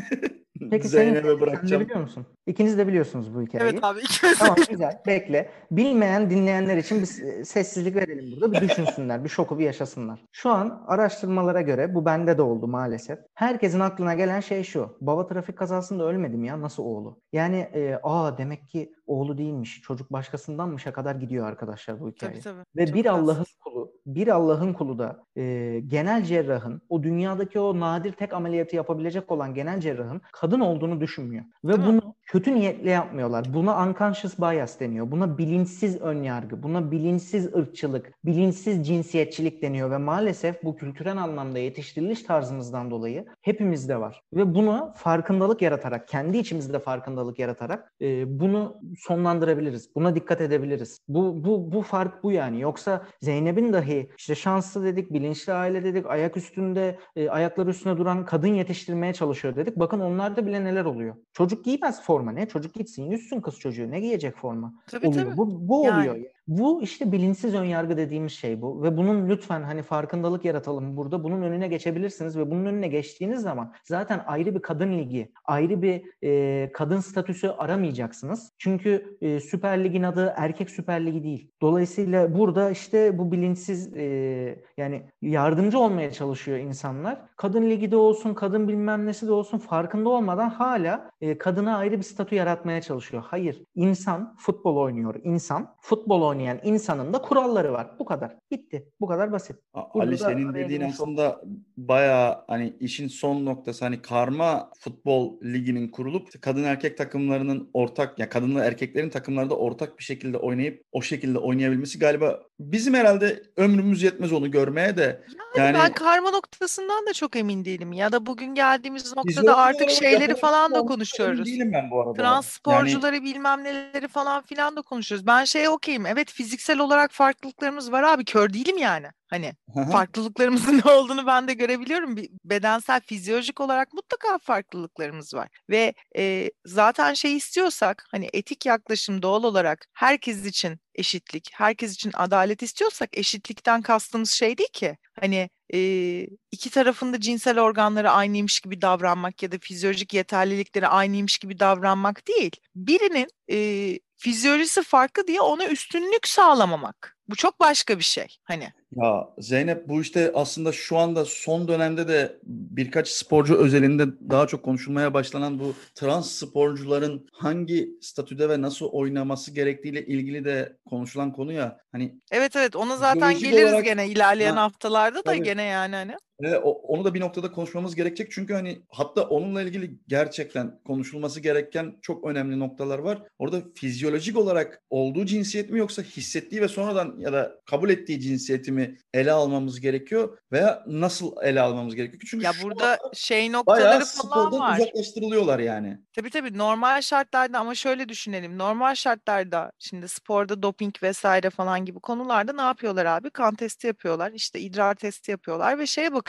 Peki senin Zeynep'e sen de bırakacağım. biliyor musun? İkiniz de biliyorsunuz bu hikayeyi. Evet abi, ikimiz de Tamam, biliyoruz. güzel. Bekle. Bilmeyen dinleyenler için bir s- sessizlik verelim burada. Bir düşünsünler. Bir şoku bir yaşasınlar. Şu an araştırmalara göre, bu bende de oldu maalesef. Herkesin aklına gelen şey şu. Baba trafik kazasında ölmedi mi ya? Nasıl oğlu? Yani e, aa demek ki oğlu değilmiş. Çocuk başkasındanmışa kadar gidiyor arkadaşlar bu hikaye. Tabii tabii. Ve Çok bir Allah'ın tatsız. kulu, bir Allah'ın kulu da e, genel cerrahın, o dünyadaki o nadir tek ameliyatı yapabilecek olan genel cerrahın kadın olduğunu düşünmüyor. Ve Değil mi? bunu kötü niyetle yapmıyorlar. Buna unconscious bias deniyor. Buna bilinçsiz önyargı, buna bilinçsiz ırkçılık, bilinçsiz cinsiyetçilik deniyor ve maalesef bu kültürel anlamda yetiştiriliş tarzımızdan dolayı hepimizde var. Ve bunu farkındalık yaratarak, kendi içimizde farkındalık yaratarak e, bunu sonlandırabiliriz. Buna dikkat edebiliriz. Bu bu bu fark bu yani. Yoksa Zeynep'in dahi işte şanslı dedik, bilinçli aile dedik, ayak üstünde, e, ayakları üstüne duran kadın yetiştirmeye çalışıyor dedik. Bakın onlarda bile neler oluyor. Çocuk giymez forma, ne? Çocuk gitsin, yüzsün kız çocuğu. Ne giyecek forma? Tabii Oluyor. tabii. Bu bu oluyor. Yani. Bu işte bilinçsiz önyargı dediğimiz şey bu. Ve bunun lütfen hani farkındalık yaratalım burada. Bunun önüne geçebilirsiniz ve bunun önüne geçtiğiniz zaman zaten ayrı bir kadın ligi, ayrı bir e, kadın statüsü aramayacaksınız. Çünkü e, Süper Lig'in adı erkek Süper Ligi değil. Dolayısıyla burada işte bu bilinçsiz e, yani yardımcı olmaya çalışıyor insanlar. Kadın ligi de olsun, kadın bilmem nesi de olsun farkında olmadan hala e, kadına ayrı bir statü yaratmaya çalışıyor. Hayır, insan futbol oynuyor. İnsan, futbol oynayan insanın da kuralları var. Bu kadar. Bitti. Bu kadar basit. A- Burada Ali, da senin araya dediğin girmiş oldum. aslında bayağı hani işin son noktası, hani karma futbol liginin kurulup kadın erkek takımlarının ortak, ya kadınla erkeklerin takımlarda ortak bir şekilde oynayıp o şekilde oynayabilmesi galiba bizim herhalde ömrümüz yetmez onu görmeye de. Yani ben Yani karma noktasından da çok emin değilim. Ya da bugün geldiğimiz noktada fizyolojik artık olarak o şeyleri yapılabilir mi, falan da ondan da emin konuşuyoruz. değilim ben bu arada. Trans Yani sporcuları bilmem neleri falan filan da konuşuyoruz. Ben şeye okeyim. Evet, fiziksel olarak farklılıklarımız var abi. Kör değilim yani. Hani farklılıklarımızın ne olduğunu ben de görebiliyorum. Bir bedensel, fizyolojik olarak mutlaka farklılıklarımız var. Ve e, zaten şey istiyorsak, hani etik yaklaşım doğal olarak herkes için eşitlik, herkes için adalet istiyorsak, eşitlikten kastımız şey değil ki. Hani e, iki tarafın da cinsel organları aynıymış gibi davranmak ya da fizyolojik yeterlilikleri aynıymış gibi davranmak değil. Birinin e, fizyolojisi farklı diye ona üstünlük sağlamamak. Bu çok başka bir şey. Hani. ya Zeynep, bu işte aslında şu anda son dönemde de birkaç sporcu özelinde daha çok konuşulmaya başlanan bu trans sporcuların hangi statüde ve nasıl oynaması gerektiğiyle ilgili de konuşulan konu ya. Hani Evet evet, ona zaten fizyolojik geliriz olarak gene ilerleyen ha, haftalarda da tabii. gene yani hani. Ve o- onu da bir noktada konuşmamız gerekecek. Çünkü hani hatta onunla ilgili gerçekten konuşulması gereken çok önemli noktalar var. Orada fizyolojik olarak olduğu cinsiyet mi yoksa hissettiği ve sonradan ya da kabul ettiği cinsiyeti mi ele almamız gerekiyor veya nasıl ele almamız gerekiyor? Çünkü Ya şu burada anda şey bayağı noktaları falan spordan var. uzaklaştırılıyorlar yani. Tabii tabii, normal şartlarda, ama şöyle düşünelim. Normal şartlarda şimdi sporda doping vesaire falan gibi konularda ne yapıyorlar abi? Kan testi yapıyorlar, işte idrar testi yapıyorlar ve şeye bakıyor.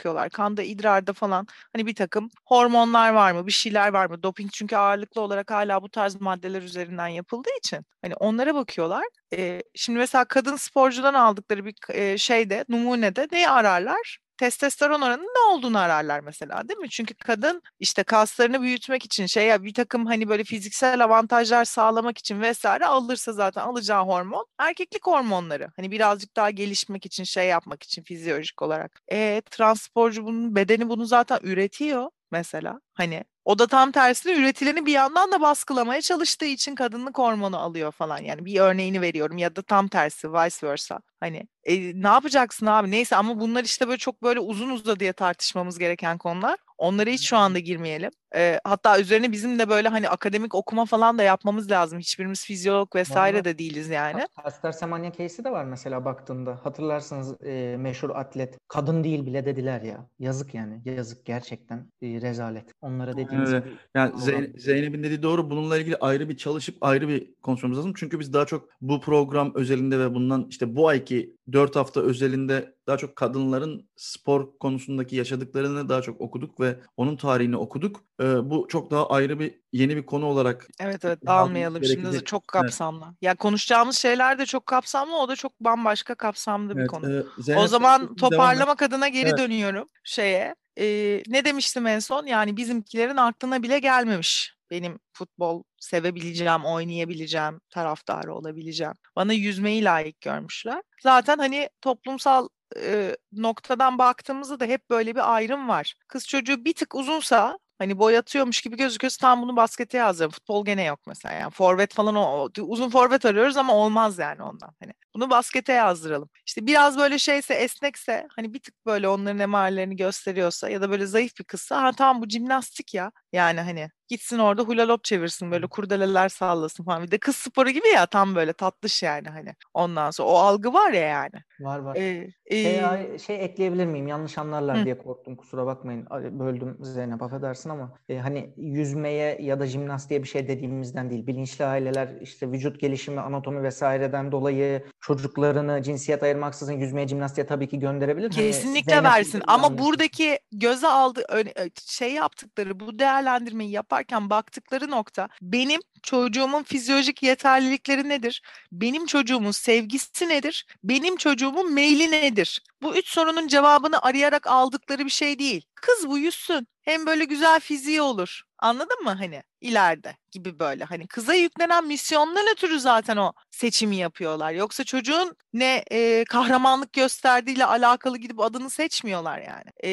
bakıyorlar. Kanda, idrarda falan hani bir takım hormonlar var mı, bir şeyler var mı? Doping çünkü ağırlıklı olarak hala bu tarz maddeler üzerinden yapıldığı için hani onlara bakıyorlar. Ee, şimdi mesela kadın sporcudan aldıkları bir e, şeyde, numunede neyi ararlar? Testosteron oranının ne olduğunu ararlar mesela, değil mi? Çünkü kadın işte kaslarını büyütmek için şey ya bir takım hani böyle fiziksel avantajlar sağlamak için vesaire alırsa zaten alacağı hormon erkeklik hormonları. Hani birazcık daha gelişmek için şey yapmak için fizyolojik olarak. E trans sporcu bunun bedeni bunu zaten üretiyor mesela. Hani o da tam tersine üretileni bir yandan da baskılamaya çalıştığı için kadınlık hormonu alıyor falan. Yani bir örneğini veriyorum ya da tam tersi vice versa. Hani e, ne yapacaksın abi? Neyse ama bunlar işte böyle çok böyle uzun uzadıya tartışmamız gereken konular. Onlara hiç şu anda girmeyelim. E, hatta üzerine bizim de böyle hani akademik okuma falan da yapmamız lazım. Hiçbirimiz fizyolog Var var. vesaire de değiliz yani. Caster Semenya case'i de var mesela baktığında. Hatırlarsınız e, meşhur atlet. Kadın değil bile dediler ya. Yazık yani. Yazık gerçekten. E, rezalet. Onlara dediğiniz Öyle. gibi Yani olan. Zeyn- Zeynep'in dediği doğru. Bununla ilgili ayrı bir çalışıp ayrı bir konuşmamız lazım. Çünkü biz daha çok bu program özelinde ve bundan işte bu ayki dört hafta özelinde daha çok kadınların spor konusundaki yaşadıklarını daha çok okuduk ve onun tarihini okuduk. Ee, bu çok daha ayrı bir yeni bir konu olarak Evet evet ele almamız dağılmayalım şimdi gerekecek. çok Evet. kapsamlı. Ya konuşacağımız şeyler de çok kapsamlı, o da çok bambaşka kapsamlı bir Evet. konu. Ee, O Zeynep sen zaman istiyorsan devam et. toparlamak adına geri Evet. dönüyorum şeye. Ee, ne demiştim en son? Yani bizimkilerin aklına bile gelmemiş. Benim futbol sevebileceğim, oynayabileceğim, taraftarı olabileceğim. Bana yüzmeyi layık görmüşler. Zaten hani toplumsal e, noktadan baktığımızda da hep böyle bir ayrım var. Kız çocuğu bir tık uzunsa hani boy atıyormuş gibi gözüküyorsa tam bunu baskete yazıyorum. Futbol gene yok mesela. Yani forvet falan o, o- uzun forvet arıyoruz ama olmaz yani ondan. Hani bunu baskete yazdıralım. İşte biraz böyle şeyse esnekse hani bir tık böyle onların emarelerini gösteriyorsa ya da böyle zayıf bir kızsa ha tamam bu jimnastik ya. Yani hani gitsin orada hula loop çevirsin böyle kurdeleler sallasın falan. Bir de kız sporu gibi ya tam böyle tatlış yani hani. Ondan sonra o algı var ya yani. Var var. Ee, Şey e, ay- şey ekleyebilir miyim? Yanlış anlarlar hı. diye korktum. Kusura bakmayın. Ay, böldüm Zeynep affedersin ama e, hani yüzmeye ya da jimnastiğe bir şey dediğimizden değil. Bilinçli aileler işte vücut gelişimi, anatomi vesaireden dolayı çocuklarını cinsiyet ayırmaksızın yüzmeye, jimnastiğe tabii ki gönderebilir. Hani Kesinlikle Zeynep versin burada ama yanlış. buradaki göze aldı ö- şey yaptıkları bu değerlendirmeyi yaparken baktıkları nokta benim çocuğumun fizyolojik yeterlilikleri nedir? Benim çocuğumun sevgisi nedir? Benim çocuğumun meyli nedir? Bu üç sorunun cevabını arayarak aldıkları bir şey değil. Kız bu yüzsün. Hem böyle güzel fiziği olur. Anladın mı hani ileride gibi böyle hani kıza yüklenen misyondan ötürü zaten o seçimi yapıyorlar. Yoksa çocuğun ne e, kahramanlık gösterdiğiyle alakalı gidip adını seçmiyorlar yani. E,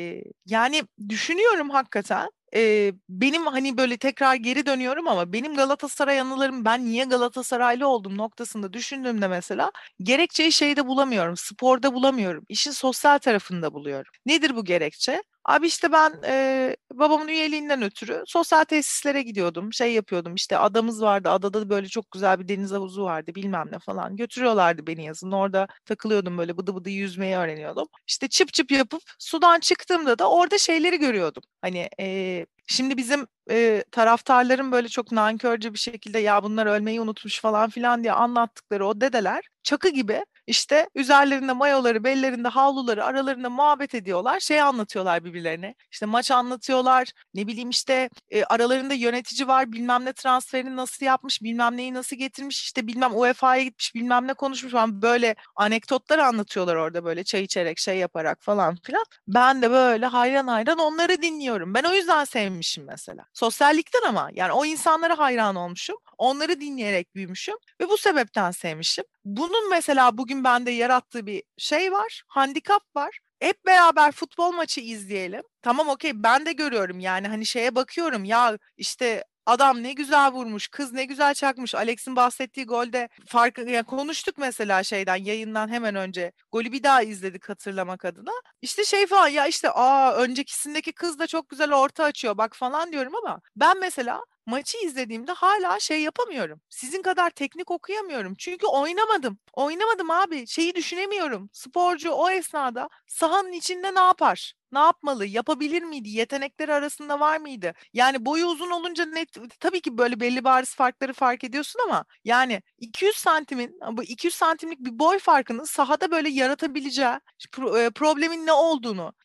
yani düşünüyorum hakikaten. E, benim hani böyle tekrar geri dönüyorum ama benim Galatasaray anılarım ben niye Galatasaraylı oldum noktasında düşündüğümde mesela gerekçeyi şeyde bulamıyorum. Sporda bulamıyorum. İşin sosyal tarafında buluyorum. Nedir bu gerekçe? Abi işte ben e, babamın üyeliğinden ötürü sosyal tesislere gidiyordum. Şey yapıyordum işte adamız vardı. Adada böyle çok güzel bir deniz havuzu vardı bilmem ne falan. Götürüyorlardı beni yazın. Orada takılıyordum böyle bıdı bıdı yüzmeyi öğreniyordum. İşte çıp çıp yapıp sudan çıktığımda da orada şeyleri görüyordum. Hani e, şimdi bizim e, taraftarların böyle çok nankörce bir şekilde ya bunlar ölmeyi unutmuş falan filan diye anlattıkları o dedeler çakı gibi işte üzerlerinde mayoları, bellerinde havluları, aralarında muhabbet ediyorlar. Şey anlatıyorlar birbirlerine. İşte maç anlatıyorlar. Ne bileyim işte e, aralarında yönetici var. Bilmem ne transferini nasıl yapmış, bilmem neyi nasıl getirmiş. İşte bilmem U E F A'ya gitmiş, bilmem ne konuşmuş falan. Böyle anekdotlar anlatıyorlar orada böyle çay içerek, şey yaparak falan filan. Ben de böyle hayran hayran onları dinliyorum. Ben o yüzden sevmişim mesela. Sosyallikten ama yani o insanlara hayran olmuşum. Onları dinleyerek büyümüşüm ve bu sebepten sevmişim. Bunun mesela bugün bende yarattığı bir şey var, handikap var. Hep beraber futbol maçı izleyelim. Tamam okey ben de görüyorum yani hani şeye bakıyorum ya işte adam ne güzel vurmuş, kız ne güzel çakmış. Alex'in bahsettiği golde farkı ya konuştuk mesela şeyden yayından hemen önce. Golü bir daha izledik hatırlamak adına. İşte şey falan ya işte aa öncekisindeki kız da çok güzel orta açıyor bak falan diyorum ama ben mesela maçı izlediğimde hala şey yapamıyorum. Sizin kadar teknik okuyamıyorum. Çünkü oynamadım. Oynamadım abi. Şeyi düşünemiyorum. Sporcu o esnada sahanın içinde ne yapar? Ne yapmalı? Yapabilir miydi? Yetenekleri arasında var mıydı? Yani boyu uzun olunca net, tabii ki böyle belli bariz farkları fark ediyorsun ama yani iki yüz santimin bu iki yüz santimlik bir boy farkının sahada böyle yaratabileceği pro- e, problemin ne olduğunu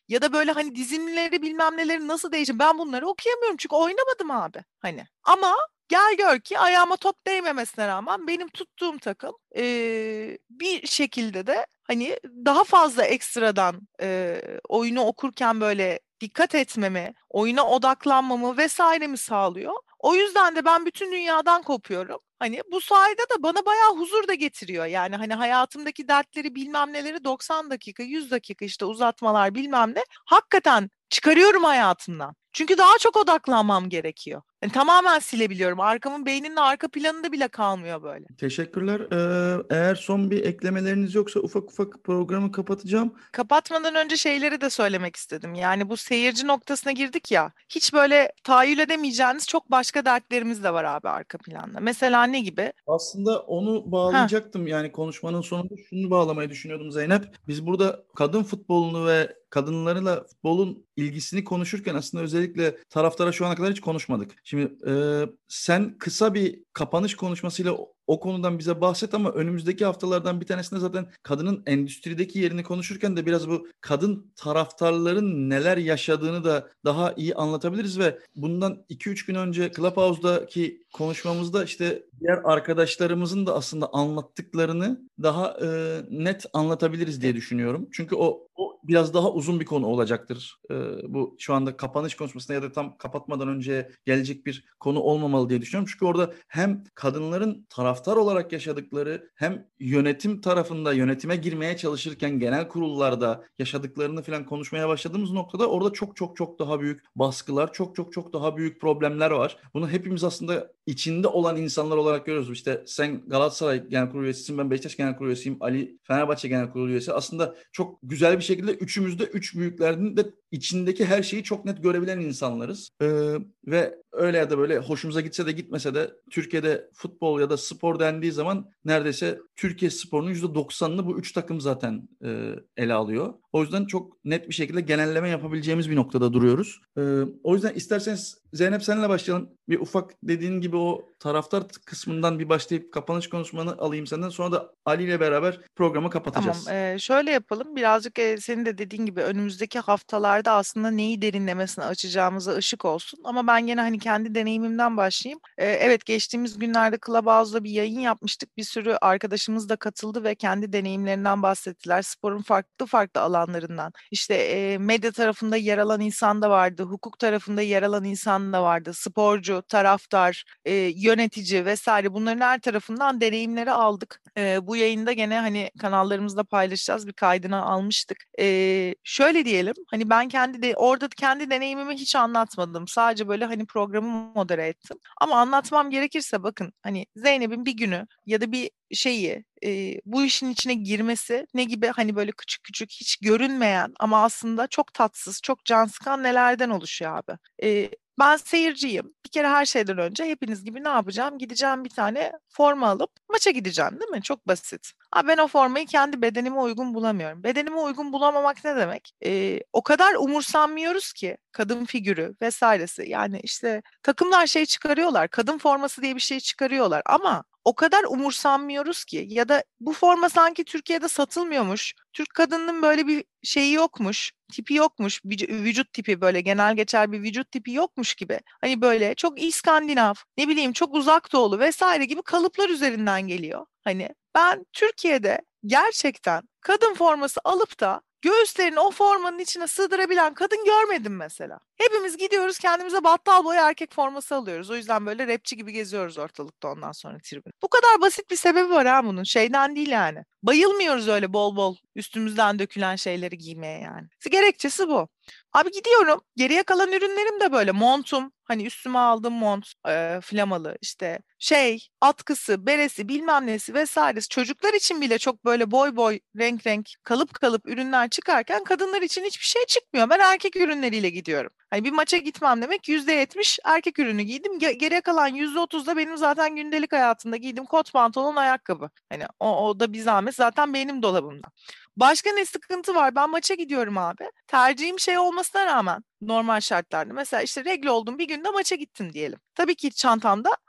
Ya da böyle hani dizilimleri bilmem neleri nasıl değişir. Ben bunları okuyamıyorum çünkü oynamadım abi. Hani ama gel gör ki ayağıma top değmemesine rağmen benim tuttuğum takım eee, bir şekilde de hani daha fazla ekstradan eee, oyunu okurken böyle dikkat etmemi, oyuna odaklanmamı vesairemi sağlıyor. O yüzden de ben bütün dünyadan kopuyorum. Hani bu sayede de bana bayağı huzur da getiriyor. Yani hani hayatımdaki dertleri bilmem neleri doksan dakika, yüz dakika işte uzatmalar bilmem ne hakikaten çıkarıyorum hayatımdan. Çünkü daha çok odaklanmam gerekiyor. Yani tamamen silebiliyorum. Arkamın beyninin arka planında bile kalmıyor böyle. Teşekkürler. Ee, eğer son bir eklemeleriniz yoksa ufak ufak programı kapatacağım. Kapatmadan önce şeyleri de söylemek istedim. Yani bu seyirci noktasına girdik ya. Hiç böyle tahayyül edemeyeceğiniz çok başka dertlerimiz de var abi arka planda. Mesela ne gibi? Aslında onu Ha, bağlayacaktım, yani konuşmanın sonunda şunu bağlamayı düşünüyordum Zeynep. Biz burada kadın futbolunu ve kadınlarla futbolun ilgisini konuşurken aslında özellikle taraftara şu ana kadar hiç konuşmadık. Şimdi e, sen kısa bir kapanış konuşmasıyla o, o konudan bize bahset ama önümüzdeki haftalardan bir tanesinde zaten kadının endüstrideki yerini konuşurken de biraz bu kadın taraftarların neler yaşadığını da daha iyi anlatabiliriz ve bundan iki üç gün önce Clubhouse'daki konuşmamızda işte diğer arkadaşlarımızın da aslında anlattıklarını daha e, net anlatabiliriz diye düşünüyorum. Çünkü o, o biraz daha uzun bir konu olacaktır. E, bu şu anda kapanış konuşmasında ya da tam kapatmadan önce gelecek bir konu olmamalı diye düşünüyorum. Çünkü orada hem kadınların taraftar olarak yaşadıkları hem yönetim tarafında yönetime girmeye çalışırken genel kurullarda yaşadıklarını falan konuşmaya başladığımız noktada orada çok çok çok daha büyük baskılar, çok çok çok daha büyük problemler var. Bunu hepimiz aslında içinde olan insanlar olarak görüyoruz. İşte sen Galatasaray Genel Kurulu üyesisin, ben Beşiktaş Genel Kurulu üyesiyim, Ali Fenerbahçe Genel Kurulu üyesi. Aslında çok güzel bir şekilde üçümüz de üç büyüklerin de içindeki her şeyi çok net görebilen insanlarız. Ee, ve öyle ya da böyle hoşumuza gitse de gitmese de Türkiye'de futbol ya da spor dendiği zaman neredeyse Türkiye sporunun yüzde doksanını bu üç takım zaten e, ele alıyor. O yüzden çok net bir şekilde genelleme yapabileceğimiz bir noktada duruyoruz. Ee, o yüzden isterseniz Zeynep seninle başlayalım. Bir ufak dediğin gibi o taraftar kısmından bir başlayıp kapanış konuşmanı alayım senden. Sonra da Ali ile beraber programı kapatacağız. tamam. Ee, şöyle yapalım. Birazcık e, senin de dediğin gibi önümüzdeki haftalarda aslında neyi derinlemesine açacağımıza ışık olsun. Ama ben gene hani kendi deneyimimden başlayayım. Ee, evet geçtiğimiz günlerde Clubhouse'da bir yayın yapmıştık. Bir sürü arkadaşımız da katıldı ve kendi deneyimlerinden bahsettiler. Sporun farklı farklı alanlarından. İşte e, medya tarafında yer alan insan da vardı. Hukuk tarafında yer alan insan da vardı. Sporcu, taraftar, e, yönetici vesaire bunların her tarafından deneyimleri aldık. E, bu yayında gene hani kanallarımızda paylaşacağız. Bir kaydını almıştık. E, şöyle diyelim hani ben kendi de orada kendi deneyimimi hiç anlatmadım. Sadece böyle hani programı modere ettim. Ama anlatmam gerekirse bakın hani Zeynep'in bir günü ya da bir şeyi e, bu işin içine girmesi ne gibi hani böyle küçük küçük hiç görünmeyen ama aslında çok tatsız, çok can sıkan nelerden oluşuyor abi. E, ben seyirciyim. Bir kere her şeyden önce hepiniz gibi ne yapacağım? Gideceğim bir tane forma alıp maça gideceğim değil mi? Çok basit. Ha, ben o formayı kendi bedenime uygun bulamıyorum. Bedenime uygun bulamamak ne demek? Ee, o kadar umursanmıyoruz ki kadın figürü vesairesi. Yani işte takımlar şey çıkarıyorlar. Kadın forması diye bir şey çıkarıyorlar ama o kadar umursanmıyoruz ki ya da bu forma sanki Türkiye'de satılmıyormuş. Türk kadının böyle bir şeyi yokmuş, tipi yokmuş, vüc- vücut tipi böyle genel geçer bir vücut tipi yokmuş gibi. Hani böyle çok İskandinav, ne bileyim çok uzak doğulu vesaire gibi kalıplar üzerinden geliyor. Hani ben Türkiye'de gerçekten kadın forması alıp da göğüslerini o formanın içine sığdırabilen kadın görmedim mesela. Hepimiz gidiyoruz kendimize battal boy erkek forması alıyoruz. O yüzden böyle rapçi gibi geziyoruz ortalıkta ondan sonra tribün. Bu kadar basit bir sebebi var ha bunun. Şeyden değil yani. Bayılmıyoruz öyle bol bol üstümüzden dökülen şeyleri giymeye yani. Gerekçesi bu. Abi gidiyorum. Geriye kalan ürünlerim de böyle montum. Hani üstüme aldığım mont, e, flamalı işte şey, atkısı, beresi, bilmem nesi vesairesi. Çocuklar için bile çok böyle boy boy, renk renk, kalıp kalıp ürünler çıkarken kadınlar için hiçbir şey çıkmıyor. Ben erkek ürünleriyle gidiyorum. Hani bir maça gitmem demek yüzde yetmiş erkek ürünü giydim. Ge- geriye kalan yüzde otuz da benim zaten gündelik hayatımda giydiğim kot pantolon, ayakkabı. Hani o, o da bir zahmet zaten benim dolabımda. Başka ne sıkıntı var? Ben maça gidiyorum abi. Tercihim şey olmasına rağmen normal şartlarda. Mesela işte regle oldum bir günde maça gittim diyelim. Tabii ki çantamda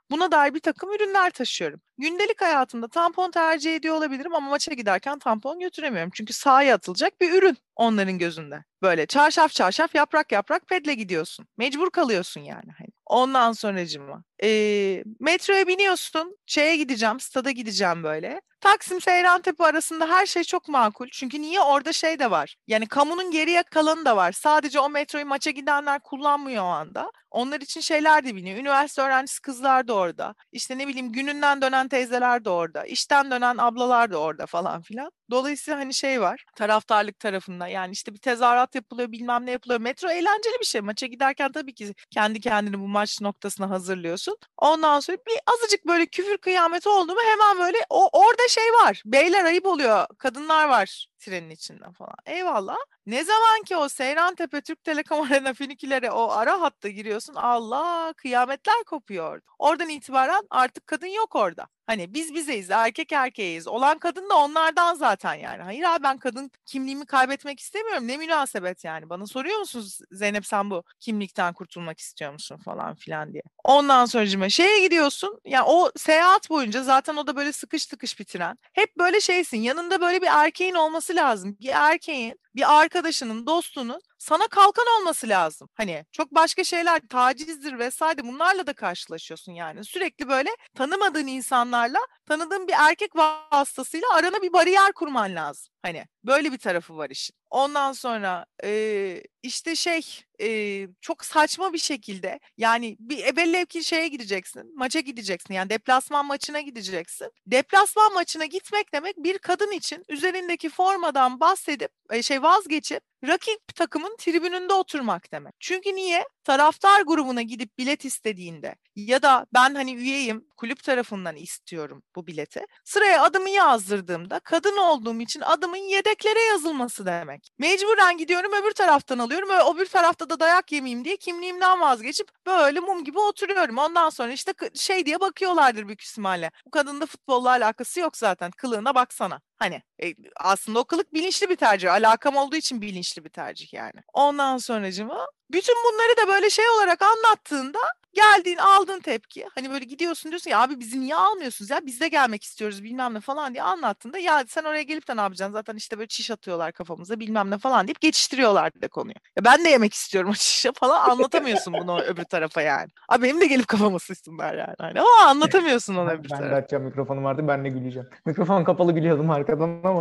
Buna dair bir takım ürünler taşıyorum. Gündelik hayatımda tampon tercih ediyor olabilirim ama maça giderken tampon götüremiyorum. Çünkü sahaya atılacak bir ürün onların gözünde. Böyle çarşaf çarşaf yaprak yaprak pedle gidiyorsun. Mecbur kalıyorsun yani. Hani. Ondan sonracığıma. E, metroya biniyorsun. Şeye gideceğim, stada gideceğim böyle. Taksim Seyrantepe arasında her şey çok makul. Çünkü niye? Orada şey de var. Yani kamunun geriye kalanı da var. Sadece o metroyu maça gidenler kullanmıyor o anda. Onlar için şeyler de biniyor. Üniversite öğrencisi kızlar da orada. İşte ne bileyim gününden dönen teyzeler de orada. İşten dönen ablalar da orada falan filan. Dolayısıyla hani şey var. Taraftarlık tarafında. Yani işte bir tezahürat yapılıyor, bilmem ne yapılıyor. Metro eğlenceli bir şey. Maça giderken tabii ki kendi kendini bu maç noktasına hazırlıyorsun. Ondan sonra bir azıcık böyle küfür kıyameti oldu mu hemen böyle o orada şey var. Beyler ayıp oluyor. Kadınlar var trenin içinde falan. Eyvallah. Ne zaman ki o Seyrantepe Türk Telekom Arena fünikülere o ara hatta giriyorsun. Allah kıyametler kopuyor orada. Oradan itibaren artık kadın yok orada. Hani biz bizeyiz, erkek erkeğiz. Olan kadın da onlardan zaten yani. Hayır abi ben kadın kimliğimi kaybetmek istemiyorum. Ne münasebet yani. Bana soruyor musunuz Zeynep sen bu kimlikten kurtulmak istiyor musun falan filan diye. Ondan sonracığıma şeye gidiyorsun. Yani o seyahat boyunca zaten o da böyle sıkış tıkış bir tren. Hep böyle şeysin. Yanında böyle bir erkeğin olması lazım. Bir erkeğin, bir arkadaşının, dostunun sana kalkan olması lazım. Hani çok başka şeyler, tacizdir vesaire bunlarla da karşılaşıyorsun yani. Sürekli böyle tanımadığın insanlarla tanıdığın bir erkek vasıtasıyla arana bir bariyer kurman lazım. Hani böyle bir tarafı var işin. Ondan sonra e, işte şey e, çok saçma bir şekilde yani bir evvel ki şeye gideceksin, maça gideceksin yani deplasman maçına gideceksin. Deplasman maçına gitmek demek bir kadın için üzerindeki formadan bahsedip e, şey vazgeçip rakip takımın tribününde oturmak demek. Çünkü niye? Taraftar grubuna gidip bilet istediğinde ya da ben hani üyeyim kulüp tarafından istiyorum bu bileti. Sıraya adımı yazdırdığımda kadın olduğum için adımın yedeklere yazılması demek. Mecburen gidiyorum öbür taraftan alıyorum. Öyle öbür tarafta da dayak yemeyeyim diye kimliğimden vazgeçip böyle mum gibi oturuyorum. Ondan sonra işte şey diye bakıyorlardır büyük ihtimalle. Bu kadının da futbolla alakası yok zaten. Kılığına baksana. Hani e, aslında o kılık bilinçli bir tercih. Alakam olduğu için bilinçli bir tercih yani. Ondan sonracığıma bütün bunları da böyle şey olarak anlattığında geldiğin aldığın tepki hani böyle gidiyorsun diyorsun ya abi bizi niye almıyorsunuz ya biz de gelmek istiyoruz bilmem ne falan diye anlattığında ya sen oraya gelip de ne yapacaksın zaten işte böyle çiş atıyorlar kafamıza bilmem ne falan deyip geçiştiriyorlar da konuyu. Ya ben de yemek istiyorum o çişe falan anlatamıyorsun bunu öbür tarafa yani. Abi benim de gelip kafama sıçsınlar yani. Hani, ama anlatamıyorsun onu öbür Ben de tarafa. açacağım mikrofonum vardı ben de güleceğim. Mikrofon kapalı biliyordum arkadan ama.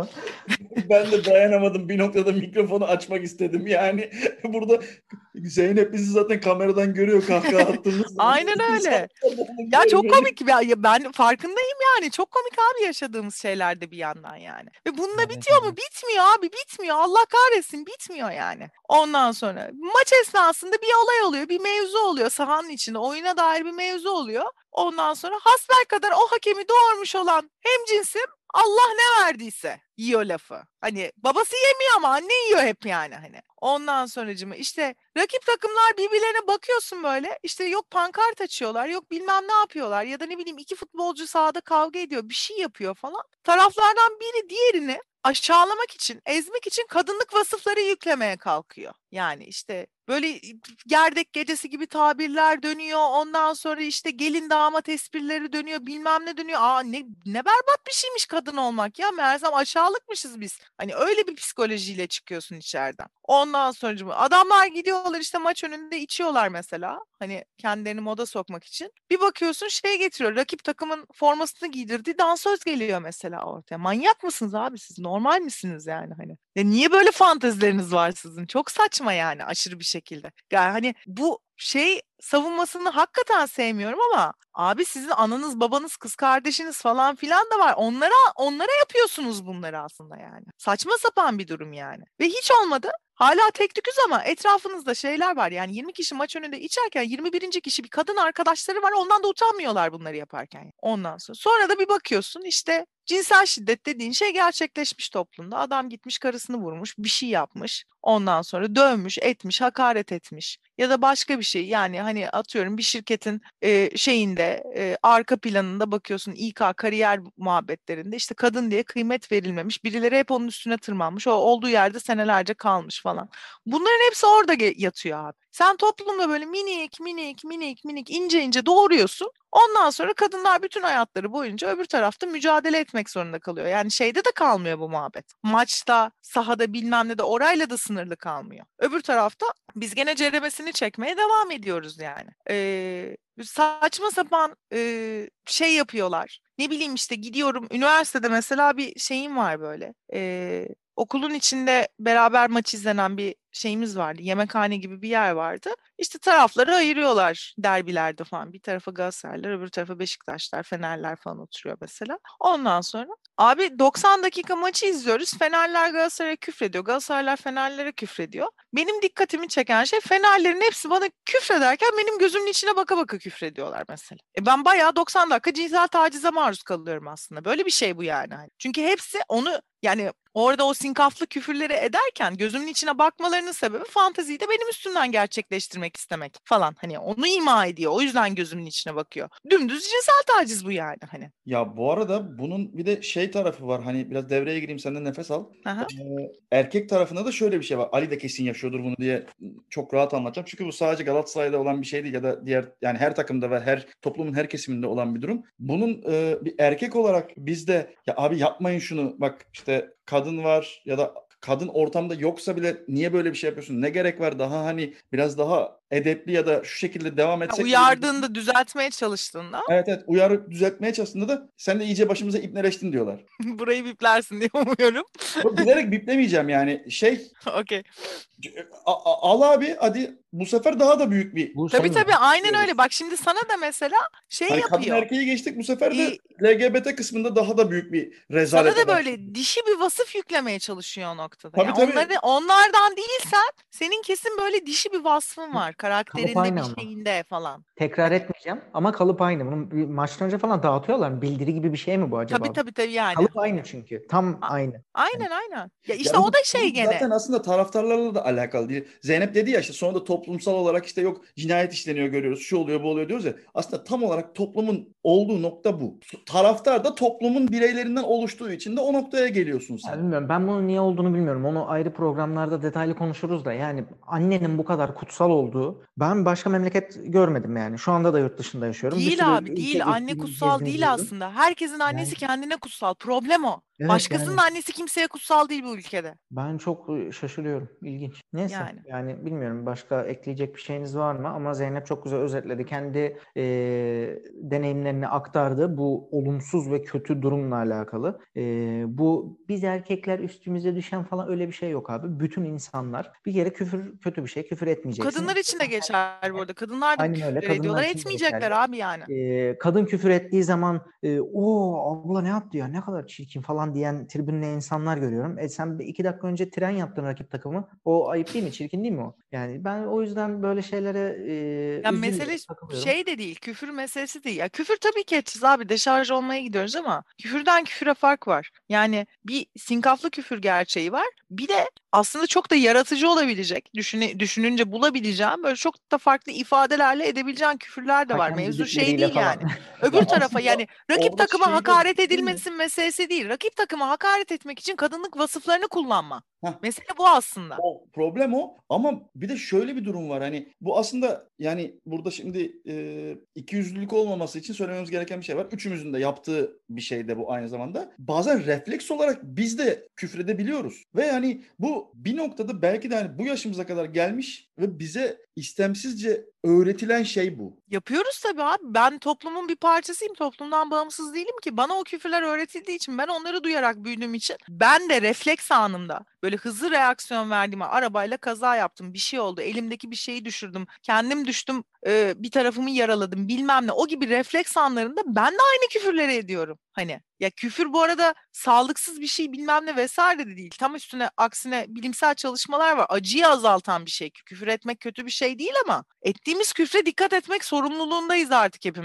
Ben de dayanamadım. Bir noktada mikrofonu açmak istedim. Yani burada Zeynep bizi zaten kameradan görüyor kahkaha attığımız zaman. Aynen öyle. Ya çok komik. Ya, ya ben farkındayım yani. Çok komik abi yaşadığımız şeylerde bir yandan yani. Ve bununla Evet, bitiyor mu? evet. Bitmiyor abi. Bitmiyor. Allah kahretsin. Bitmiyor yani. Ondan sonra maç esnasında bir olay oluyor. Bir mevzu oluyor sahanın içinde. Oyuna dair bir mevzu oluyor. Ondan sonra hasbelkader o hakemi doğurmuş olan hemcinsim Allah ne verdiyse yiyor lafı. Hani babası yemiyor ama anne yiyor hep yani hani. Ondan sonracığıma işte rakip takımlar birbirlerine bakıyorsun böyle işte yok pankart açıyorlar yok bilmem ne yapıyorlar ya da ne bileyim iki futbolcu sahada kavga ediyor bir şey yapıyor falan. Taraflardan biri diğerini aşağılamak için, ezmek için kadınlık vasıfları yüklemeye kalkıyor. Yani işte böyle gerdek gecesi gibi tabirler dönüyor. Ondan sonra işte gelin damat esprileri dönüyor. Bilmem ne dönüyor. Aa ne ne berbat bir şeymiş kadın olmak ya. Meğersem aşağılıkmışız biz. Hani öyle bir psikolojiyle çıkıyorsun içeriden. Ondan sonra adamlar gidiyorlar işte maç önünde içiyorlar mesela. Hani kendilerini moda sokmak için. Bir bakıyorsun şey getiriyor. Rakip takımın formasını giydirdiği dansöz geliyor mesela ortaya. Manyak mısınız abi siz? Normal misiniz yani hani? Ya niye böyle fantezileriniz var sizin? Çok saçma yani aşırı bir şekilde. Yani hani bu şey savunmasını hakikaten sevmiyorum ama abi sizin ananız, babanız, kız kardeşiniz falan filan da var. Onlara onlara yapıyorsunuz bunları aslında yani. Saçma sapan bir durum yani. Ve hiç olmadı. Hala tek tüküz ama etrafınızda şeyler var. Yani yirmi kişi maç önünde içerken yirmi birinci kişi bir kadın arkadaşları var. Ondan da utanmıyorlar bunları yaparken. Ondan sonra. Sonra da bir bakıyorsun işte cinsel şiddet dediğin şey gerçekleşmiş toplumda. Adam gitmiş karısını vurmuş, bir şey yapmış. Ondan sonra dövmüş, etmiş, hakaret etmiş. Ya da başka bir şey. Yani hani atıyorum bir şirketin e, şeyinde e, arka planında bakıyorsun İK kariyer muhabbetlerinde işte kadın diye kıymet verilmemiş. Birileri hep onun üstüne tırmanmış. O olduğu yerde senelerce kalmış falan. Bunların hepsi orada yatıyor abi. Sen toplumda böyle minik minik minik minik ince ince doğuruyorsun. Ondan sonra kadınlar bütün hayatları boyunca öbür tarafta mücadele etmek zorunda kalıyor. Yani şeyde de kalmıyor bu muhabbet. Maçta, sahada bilmem ne de orayla da sınırlı kalmıyor. Öbür tarafta biz gene ceremesini çekmeye devam ediyoruz yani. Ee, saçma sapan e, şey yapıyorlar. Ne bileyim işte gidiyorum üniversitede mesela bir şeyim var böyle. Ee, okulun içinde beraber maç izlenen bir şeyimiz vardı. Yemekhane gibi bir yer vardı. İşte tarafları ayırıyorlar derbilerde falan. Bir tarafa Galatasaraylılar, öbür tarafa Beşiktaşlar, Fenerler falan oturuyor mesela. Ondan sonra abi doksan dakika maçı izliyoruz. Fenerler Galatasaray'a küfrediyor. Galatasaraylar Fenerlere küfrediyor. Benim dikkatimi çeken şey Fenerlerin hepsi bana küfrederken benim gözümün içine baka baka küfrediyorlar mesela. E ben bayağı doksan dakika cinsel tacize maruz kalıyorum aslında. Böyle bir şey bu yani. Çünkü hepsi onu yani orada o sinkaflı küfürleri ederken gözümün içine bakmalarının sebebi fanteziyi de benim üstümden gerçekleştirmek istemek falan. Hani onu ima ediyor. O yüzden gözümün içine bakıyor. Dümdüz cinsel taciz bu yani hani. Ya bu arada bunun bir de şey tarafı var. Hani biraz devreye gireyim, senden nefes al. Aha. Ee, erkek tarafında da şöyle bir şey var. Ali de kesin yaşıyordur bunu diye çok rahat anlatacağım. Çünkü bu sadece Galatasaray'da olan bir şey değil ya da diğer yani her takımda ve her toplumun her kesiminde olan bir durum. Bunun e, bir erkek olarak bizde ya abi yapmayın şunu. Bak işte kadın var ya da kadın ortamda yoksa bile niye böyle bir şey yapıyorsun? Ne gerek var? Daha hani biraz daha edepli ya da şu şekilde devam Ya etsek. uyardığında, düzeltmeye çalıştığında Evet evet uyarıp düzeltmeye çalıştığında da sen de iyice başımıza ipneleştin diyorlar. burayı biplersin diye umuyorum. Yok, bilerek biplemeyeceğim yani şey Okey. a- a- al abi hadi bu sefer daha da büyük bir Bu Tabii şey mi? tabii aynen öyle. Bak şimdi sana da mesela şey hani kadın yapıyor. erkeği geçtik, bu sefer de Ee, L G B T kısmında daha da büyük bir sana rezalete da başlıyor. böyle dişi bir vasıf yüklemeye çalışıyor o noktada. Tabii Yani tabii. onları onlardan değilsen senin kesin böyle dişi bir vasfın var. Kalıp Karakterinde aynı bir ama. şeyinde falan. Tekrar Hani etmeyeceğim ama kalıp aynı. Bunu bir maçtan önce falan dağıtıyorlar mı? Bildiri gibi bir şey mi bu acaba? tabii tabii tabii yani. Kalıp aynı çünkü. Tam A- aynı. Yani aynen aynen. Ya işte Ya o bu, da şey bu gene. zaten aslında taraftarlarla da alakalı değil. Zeynep dedi ya işte sonunda toplumsal olarak işte yok cinayet işleniyor görüyoruz. Şu oluyor bu oluyor diyoruz ya. Aslında tam olarak toplumun olduğu nokta bu. Taraftar da toplumun bireylerinden oluştuğu için de o noktaya geliyorsun Ya sen. bilmiyorum. Ben bunun niye olduğunu bilmiyorum. Onu ayrı programlarda detaylı konuşuruz da. Yani annenin bu kadar kutsal olduğu ben başka memleket görmedim yani. Şu anda da yurt dışında yaşıyorum. Bir Değil sürü abi ülke değil. Anne gittim, kutsal gezdim, değil gördüm. aslında. Herkesin annesi Yani kendine kutsal. Problem o. evet Başkasının yani annesi kimseye kutsal değil bu ülkede. ben çok e, şaşırıyorum. İlginç. Neyse Yani. yani bilmiyorum başka ekleyecek bir şeyiniz var mı? Ama Zeynep çok güzel özetledi. Kendi e, deneyimlerini aktardı. Bu olumsuz ve kötü durumla alakalı. E, bu biz erkekler üstümüze düşen falan öyle bir şey yok abi. Bütün insanlar bir kere küfür kötü bir şey. Küfür Bu etmeyeceksin. kadınlar için de geçer bu arada. Kadınlar da Aynen öyle. küfür Kadınlar ediyorlar. için de Etmeyecekler geçerli. abi yani. Ee, kadın küfür ettiği zaman e, o abla ne yaptı ya ne kadar çirkin falan diyen tribünde insanlar görüyorum. E sen bir iki dakika önce tren yaptın rakip takımı. O ayıp değil mi? Çirkin değil mi o? Yani ben o yüzden böyle şeylere e, Ya üzülüyorum, mesele takılıyorum. şey de değil, küfür meselesi değil. Ya küfür tabii ki edeceğiz abi, deşarj olmaya gidiyoruz ama küfürden küfüre fark var. Yani bir sinkaflı küfür gerçeği var. Bir de aslında çok da yaratıcı olabilecek, düşüne, düşününce bulabileceğim böyle çok da farklı ifadelerle edebileceğin küfürler de var. Hakem Mevzu şey düdükleriyle değil falan. yani. Öbür Ya tarafa aslında yani rakip orada takıma şeyi de hakaret değil mi? edilmesin meselesi değil. Rakip takıma hakaret etmek için kadınlık vasıflarını kullanma. Heh. Mesele bu aslında. O problem o ama bir de şöyle bir durum var hani bu aslında yani burada şimdi e, ikiyüzlülük olmaması için söylememiz gereken bir şey var. Üçümüzün de yaptığı bir şey de bu aynı zamanda. Bazen refleks olarak biz de küfredebiliyoruz ve yani bu bir noktada belki de hani bu yaşımıza kadar gelmiş ve bize istemsizce öğretilen şey bu. Yapıyoruz tabii abi. Ben toplumun bir parçasıyım. Toplumdan bağımsız değilim ki. Bana o küfürler öğretildiği için, ben onları duyarak büyüdüğüm için ben de refleks anında böyle hızlı reaksiyon verdiğime, arabayla kaza yaptım, bir şey oldu, elimdeki bir şeyi düşürdüm, kendim düştüm, e, bir tarafımı yaraladım, bilmem ne. O gibi refleks anlarında ben de aynı küfürleri ediyorum. Hani ya küfür bu arada sağlıksız bir şey bilmem ne vesaire de değil. Tam üstüne aksine bilimsel çalışmalar var. Acıyı azaltan bir şey. Küfür etmek kötü bir şey değil ama ettiğimiz küfre dikkat etmek sorumluluğundayız artık hepimiz.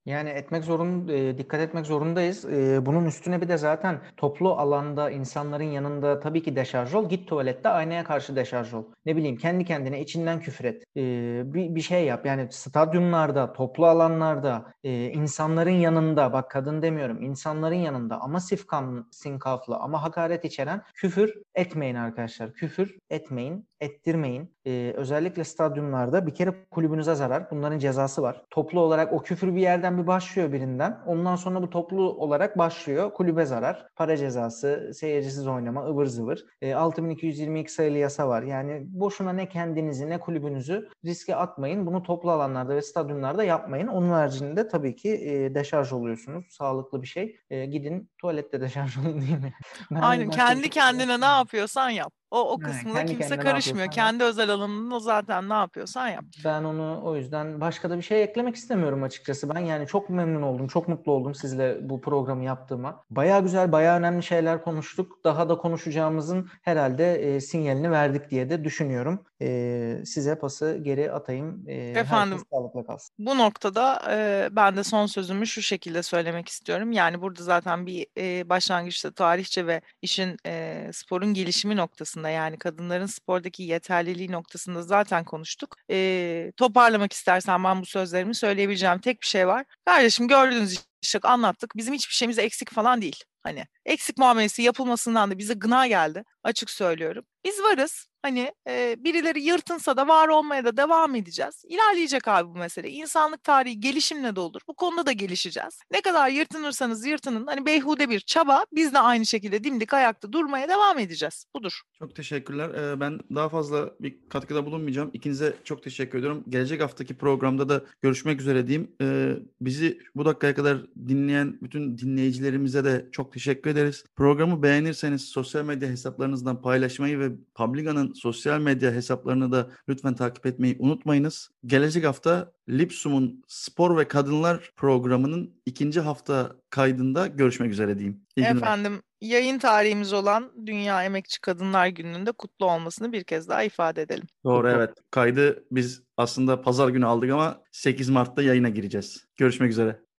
Yani etmek zorun, e, dikkat etmek zorundayız. E, bunun üstüne bir de zaten toplu alanda insanların yanında tabii ki deşarj ol. Git tuvalette aynaya karşı deşarj ol. Ne bileyim kendi kendine içinden küfür et. E, bir, bir şey yap. Yani stadyumlarda, toplu alanlarda, e, insanların yanında, bak kadın demiyorum, insanların yanında ama sifkan, sinkaflı ama hakaret içeren küfür etmeyin arkadaşlar. Küfür etmeyin, ettirmeyin. E, özellikle stadyumlarda bir kere kulübünüze zarar. Bunların cezası var. Toplu olarak o küfür bir yerden bir başlıyor birinden. Ondan sonra bu toplu olarak başlıyor. Kulübe zarar. Para cezası, seyircisiz oynama, ıvır zıvır. E, altı bin iki yüz yirmi iki sayılı yasa var. Yani boşuna ne kendinizi ne kulübünüzü riske atmayın. Bunu toplu alanlarda ve stadyumlarda yapmayın. Onun haricinde tabii ki e, deşarj oluyorsunuz. Sağlıklı bir şey. E, gidin tuvalette deşarj olun değil mi? Ben Aynen, başka bir kendi şey kendine ne yapıyorsan yap. O o Ha, kısmına kendi kimse kendine ne karışmıyor. yapıyorsan yap. Kendi özel alanında zaten ne yapıyorsan yap. Ben onu o yüzden başka da bir şey eklemek istemiyorum açıkçası. Ben yani çok memnun oldum, çok mutlu oldum sizle bu programı yaptığıma. Bayağı güzel, bayağı önemli şeyler konuştuk. Daha da konuşacağımızın herhalde e, sinyalini verdik diye de düşünüyorum. E, size pası geri atayım. E, herkes Efendim, sağlıkla kalsın. bu noktada e, ben de son sözümü şu şekilde söylemek istiyorum. Yani burada zaten bir e, başlangıçta tarihçe ve işin e, sporun gelişimi noktasında, yani kadınların spordaki yeterliliği noktasında zaten konuştuk. E, toparlamak istersen ben bu sözlerimi söyleyebileceğim tek bir şey var. Kardeşim, gördüğünüz işte anlattık. Bizim hiçbir şeyimiz eksik falan değil. Hani eksik muamelesi yapılmasından da bize gına geldi. Açık söylüyorum. Biz varız. Hani e, birileri yırtınsa da var olmaya da devam edeceğiz. İlerleyecek abi bu mesele. İnsanlık tarihi gelişimle doludur. Bu konuda da gelişeceğiz. Ne kadar yırtınırsanız yırtının. Hani beyhude bir çaba. Biz de aynı şekilde dimdik ayakta durmaya devam edeceğiz. Budur. Çok teşekkürler. Ee, ben daha fazla bir katkıda bulunmayacağım. İkinize çok teşekkür ediyorum. Gelecek haftaki programda da görüşmek üzere diyeyim. Ee, bizi bu dakikaya kadar dinleyen bütün dinleyicilerimize de çok teşekkür ederiz. Programı beğenirseniz sosyal medya hesaplarınızdan paylaşmayı ve Publica'nın sosyal medya hesaplarını da lütfen takip etmeyi unutmayınız. Gelecek hafta Lipsum'un Spor ve Kadınlar programının ikinci hafta kaydında görüşmek üzere diyeyim. İyi günler. Efendim, yayın tarihimiz olan Dünya Emekçi Kadınlar Günü'nün de kutlu olmasını bir kez daha ifade edelim. Doğru, Kutlu. evet. Kaydı biz aslında pazar günü aldık ama sekiz Mart'ta yayına gireceğiz. Görüşmek üzere.